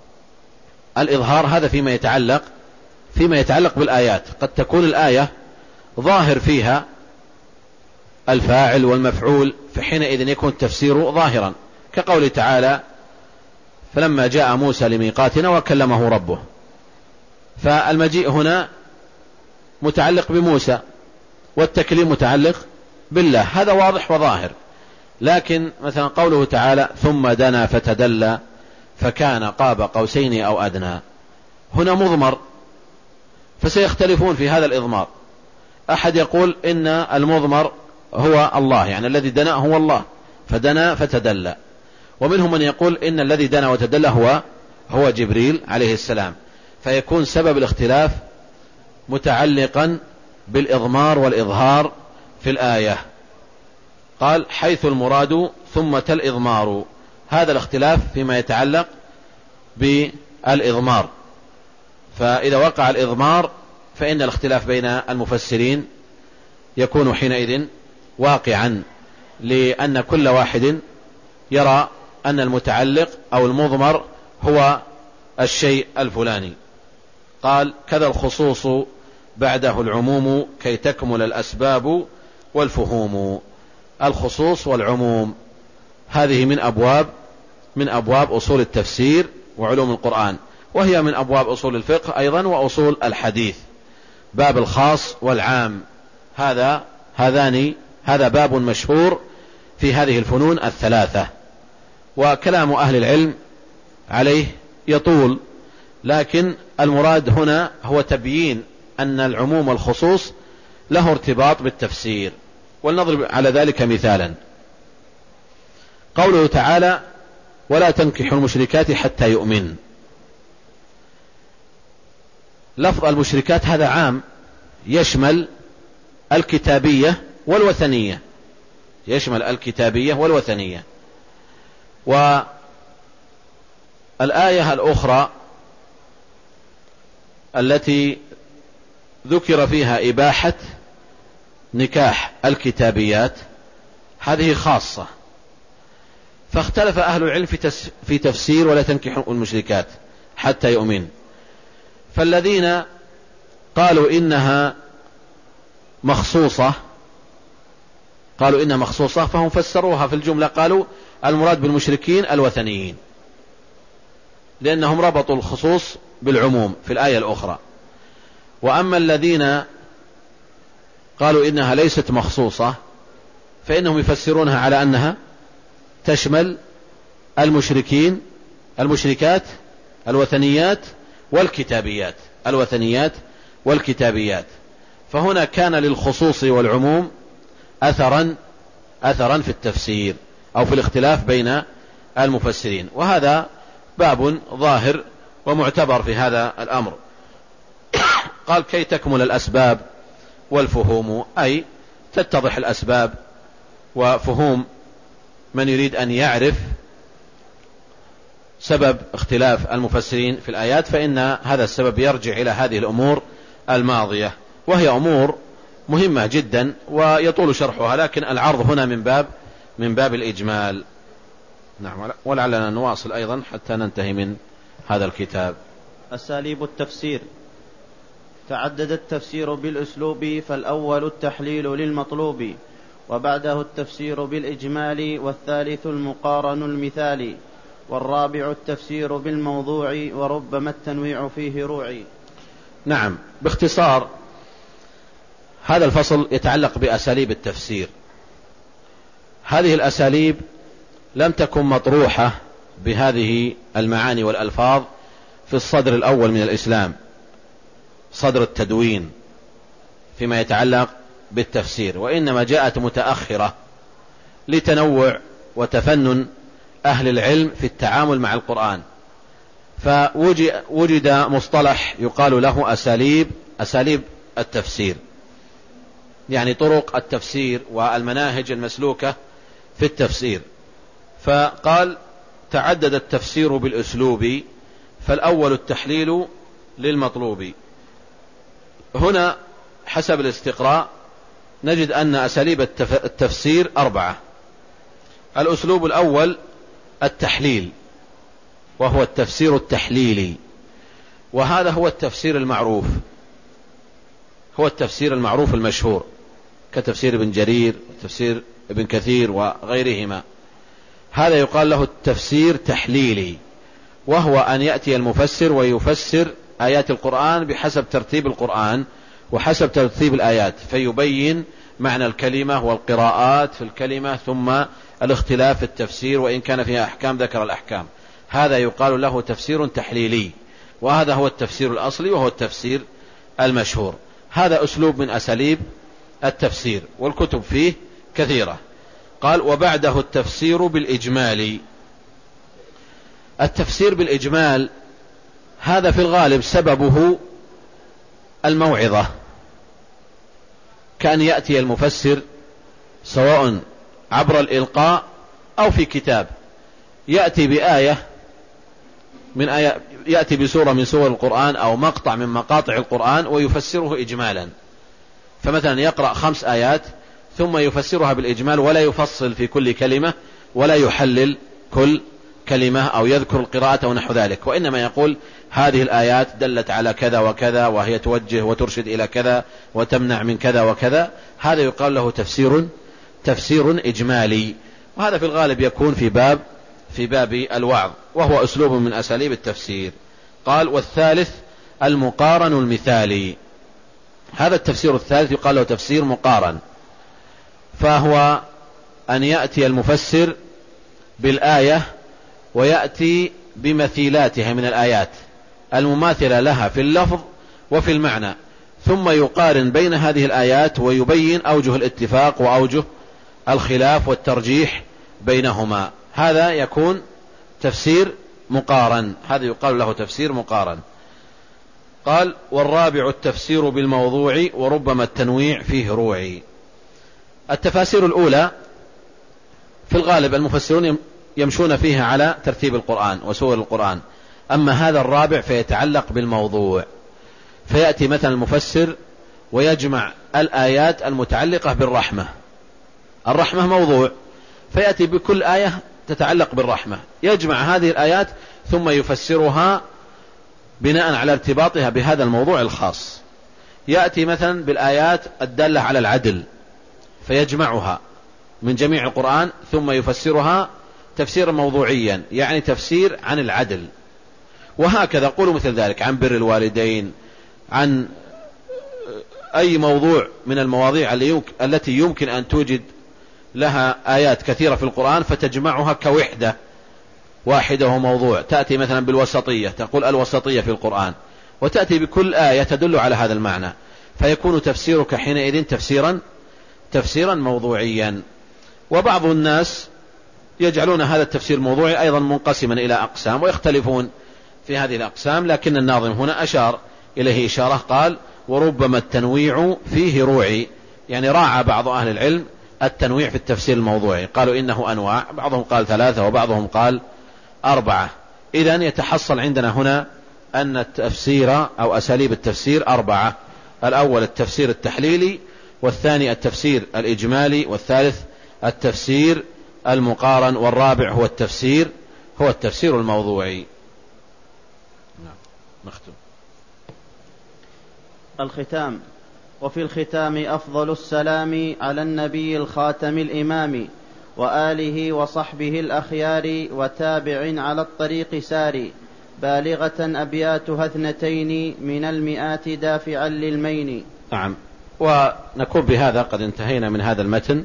الإظهار هذا فيما يتعلق فيما يتعلق بالآيات، قد تكون الآية ظاهر فيها الفاعل والمفعول، فحينئذ يكون التفسير ظاهرا، كقول تعالى فلما جاء موسى لميقاتنا وكلمه ربه، فالمجيء هنا متعلق بموسى والتكليم متعلق بالله، هذا واضح وظاهر. لكن مثلا قوله تعالى ثم دنا فتدلى فكان قاب قوسين أو أدنى، هنا مضمر، فسيختلفون في هذا الإضمار. أحد يقول إن المضمر هو الله، يعني الذي دنا هو الله فدنا فتدلى، ومنهم من يقول إن الذي دنا وتدلى هو هو جبريل عليه السلام، فيكون سبب الاختلاف متعلقا بالإضمار والإظهار في الآية. قال حيث المراد ثم الإضمار، هذا الاختلاف فيما يتعلق بالإضمار، فإذا وقع الإضمار فإن الاختلاف بين المفسرين يكون حينئذ واقعا، لأن كل واحد يرى أن المتعلق أو المضمر هو الشيء الفلاني. قال كذا الخصوص بعده العموم كي تكمل الأسباب والفهوم. الخصوص والعموم هذه من أبواب من أبواب أصول التفسير وعلوم القرآن، وهي من أبواب أصول الفقه أيضا وأصول الحديث. باب الخاص والعام، هذا هذان هذا باب مشهور في هذه الفنون الثلاثة، وكلام أهل العلم عليه يطول، لكن المراد هنا هو تبيين أن العموم والخصوص له ارتباط بالتفسير، ولنضرب على ذلك مثالا. قوله تعالى ولا تنكحوا المشركات حتى يؤمن، لفظ المشركات هذا عام، يشمل الكتابية والوثنية، يشمل الكتابية والوثنية. والآية الأخرى التي ذكر فيها إباحة نكاح الكتابيات هذه خاصة، فاختلف أهل العلم في تفسير ولا تنكحوا المشركات حتى يؤمن. فالذين قالوا إنها مخصوصة قالوا إنها مخصوصة فهم فسروها في الجملة، قالوا المراد بالمشركين الوثنيين، لأنهم ربطوا الخصوص بالعموم في الآية الأخرى. وأما الذين قالوا إنها ليست مخصوصة فإنهم يفسرونها على أنها تشمل المشركين المشركات الوثنيات والكتابيات الوثنيات والكتابيات فهنا كان للخصوص والعموم أثرا أثرا في التفسير أو في الاختلاف بين المفسرين، وهذا باب ظاهر ومعتبر في هذا الأمر. قال كي تكمل الأسباب والفهوم، أي تتضح الأسباب وفهوم من يريد أن يعرف سبب اختلاف المفسرين في الآيات، فإن هذا السبب يرجع إلى هذه الأمور الماضية، وهي أمور مهمة جدا ويطول شرحها، لكن العرض هنا من باب من باب الإجمال. نعم، ولعلنا نواصل أيضا حتى ننتهي من هذا الكتاب. أساليب التفسير. تعدد التفسير بالأسلوب، فالأول التحليل للمطلوب، وبعده التفسير بالإجمال، والثالث المقارن المثالي، والرابع التفسير بالموضوع، وربما التنويع فيه روعي. نعم، باختصار هذا الفصل يتعلق بأساليب التفسير. هذه الأساليب لم تكن مطروحة بهذه المعاني والألفاظ في الصدر الأول من الإسلام، صدر التدوين فيما يتعلق بالتفسير، وإنما جاءت متأخرة لتنوع وتفنن أهل العلم في التعامل مع القرآن، فوجد مصطلح يقال له أساليب أساليب التفسير، يعني طرق التفسير والمناهج المسلوكة في التفسير. فقال: تعدد التفسير بالأسلوب، فالأول التحليل للمطلوب. هنا حسب الاستقراء نجد أن أساليب التفسير أربعة. الأسلوب الأول التحليل، وهو التفسير التحليلي، وهذا هو التفسير المعروف، هو التفسير المعروف المشهور، كتفسير ابن جرير وتفسير ابن كثير وغيرهما. هذا يقال له التفسير تحليلي، وهو أن يأتي المفسر ويفسر آيات القرآن بحسب ترتيب القرآن وحسب ترتيب الآيات، فيبين معنى الكلمة والقراءات في الكلمة، ثم الاختلاف في التفسير، وإن كان فيها أحكام ذكر الأحكام. هذا يقال له تفسير تحليلي، وهذا هو التفسير الأصلي وهو التفسير المشهور. هذا أسلوب من أساليب التفسير، والكتب فيه كثيرة. قال: وبعده التفسير بالإجمال. التفسير بالإجمال هذا في الغالب سببه الموعظة، كأن يأتي المفسر سواء عبر الإلقاء أو في كتاب، يأتي بآية من آية، يأتي بسورة من سور القرآن أو مقطع من مقاطع القرآن ويفسره إجمالا. فمثلا يقرأ خمس آيات ثم يفسرها بالإجمال، ولا يفصل في كل كلمة ولا يحلل كل كلمة أو يذكر القراءة ونحو ذلك، وإنما يقول هذه الآيات دلت على كذا وكذا، وهي توجه وترشد إلى كذا وتمنع من كذا وكذا. هذا يقال له تفسير تفسير إجمالي، وهذا في الغالب يكون في باب في باب الوعظ، وهو أسلوب من أساليب التفسير. قال: والثالث المقارن المثالي. هذا التفسير الثالث يقال له تفسير مقارن، فهو أن يأتي المفسر بالآية ويأتي بمثيلاتها من الآيات المماثلة لها في اللفظ وفي المعنى، ثم يقارن بين هذه الآيات ويبين أوجه الاتفاق وأوجه الخلاف والترجيح بينهما. هذا يكون تفسير مقارن، هذا يقال له تفسير مقارن. قال: والرابع التفسير بالموضوع، وربما التنويع فيه روعي. التفاسير الأولى في الغالب المفسرون يمشون فيها على ترتيب القرآن وسور القرآن، أما هذا الرابع فيتعلق بالموضوع، فيأتي مثلا المفسر ويجمع الآيات المتعلقة بالرحمة. الرحمة موضوع، فيأتي بكل آية تتعلق بالرحمة، يجمع هذه الآيات ثم يفسرها بناء على ارتباطها بهذا الموضوع الخاص. يأتي مثلا بالآيات الدالة على العدل، فيجمعها من جميع القرآن ثم يفسرها تفسيرا موضوعيا، يعني تفسير عن العدل. وهكذا قولوا مثل ذلك عن بر الوالدين، عن أي موضوع من المواضيع التي يمكن أن توجد لها آيات كثيرة في القرآن فتجمعها كوحدة واحدة وهو موضوع. تأتي مثلا بالوسطية، تقول الوسطية في القرآن، وتأتي بكل آية تدل على هذا المعنى، فيكون تفسيرك حينئذ تفسيرا تفسيرا موضوعيا. وبعض الناس يجعلون هذا التفسير الموضوعي أيضا منقسما إلى أقسام، ويختلفون في هذه الأقسام، لكن الناظم هنا أشار إليه إشارة، قال: وربما التنويع فيه روعي، يعني راعى بعض أهل العلم التنويع في التفسير الموضوعي، قالوا إنه أنواع، بعضهم قال ثلاثة وبعضهم قال أربعة. إذن يتحصل عندنا هنا أن التفسير أو أساليب التفسير أربعة: الأول التفسير التحليلي، والثاني التفسير الإجمالي، والثالث التفسير المقارن، والرابع هو التفسير هو التفسير الموضوعي. نعم، مختوم. الختام. وفي الختام أفضل السلام على النبي الخاتم الإمام وآله وصحبه الأخيار وتابع على الطريق ساري بالغة أبياتها اثنتين من المئات دافعا للمين. نعم. ونكون بهذا قد انتهينا من هذا المتن،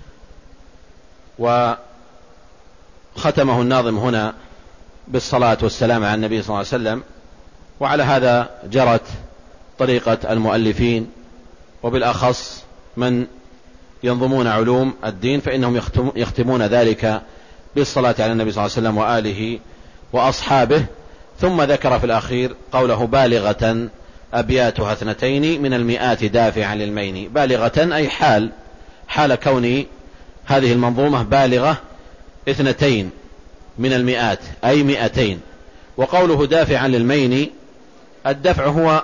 وختمه الناظم هنا بالصلاة والسلام على النبي صلى الله عليه وسلم. وعلى هذا جرت طريقة المؤلفين، وبالأخص من ينظمون علوم الدين فإنهم يختمون ذلك بالصلاة على النبي صلى الله عليه وسلم وآله وأصحابه. ثم ذكر في الأخير قوله بالغة أبياتها اثنتين من المئات دافعا للمين. بالغة أي حال حال كون هذه المنظومة بالغة اثنتين من المئات أي مئتين. وقوله دافعا للمين، الدفع هو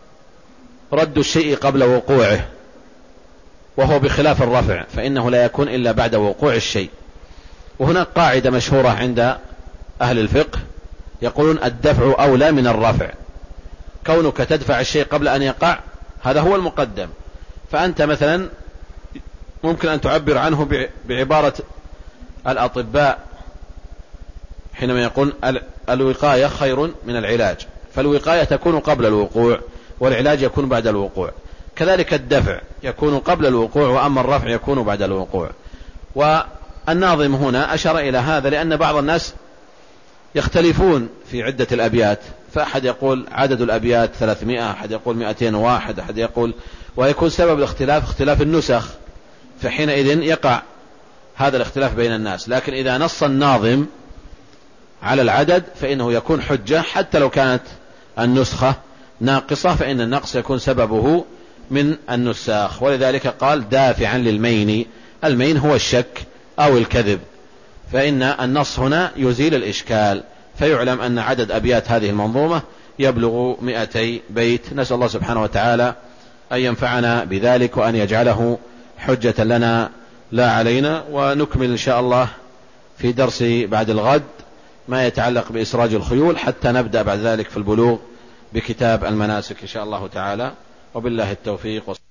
رد الشيء قبل وقوعه، وهو بخلاف الرفع فإنه لا يكون إلا بعد وقوع الشيء. وهناك قاعدة مشهورة عند أهل الفقه يقولون الدفع أولى من الرفع. كونك تدفع الشيء قبل أن يقع هذا هو المقدم. فأنت مثلا ممكن أن تعبر عنه بعبارة الأطباء حينما يقول الوقاية خير من العلاج، فالوقاية تكون قبل الوقوع والعلاج يكون بعد الوقوع. كذلك الدفع يكون قبل الوقوع، وأما الرفع يكون بعد الوقوع. والناظم هنا أشار إلى هذا لأن بعض الناس يختلفون في عدة الأبيات، فأحد يقول عدد الأبيات ثلاثمائة، أحد يقول مئتين وواحد، أحد يقول، ويكون سبب الاختلاف اختلاف النسخ، فحينئذ يقع هذا الاختلاف بين الناس. لكن إذا نص الناظم على العدد فإنه يكون حجة، حتى لو كانت النسخة ناقصة فإن النقص يكون سببه من النساخ. ولذلك قال دافعا للمين. المين هو الشك أو الكذب، فإن النص هنا يزيل الإشكال، فيعلم أن عدد أبيات هذه المنظومة يبلغ مئتي بيت. نسأل الله سبحانه وتعالى أن ينفعنا بذلك وأن يجعله حجة لنا لا علينا. ونكمل إن شاء الله في درس بعد الغد ما يتعلق بإسراج الخيول، حتى نبدأ بعد ذلك في البلوغ بكتاب المناسك إن شاء الله تعالى. وبالله التوفيق.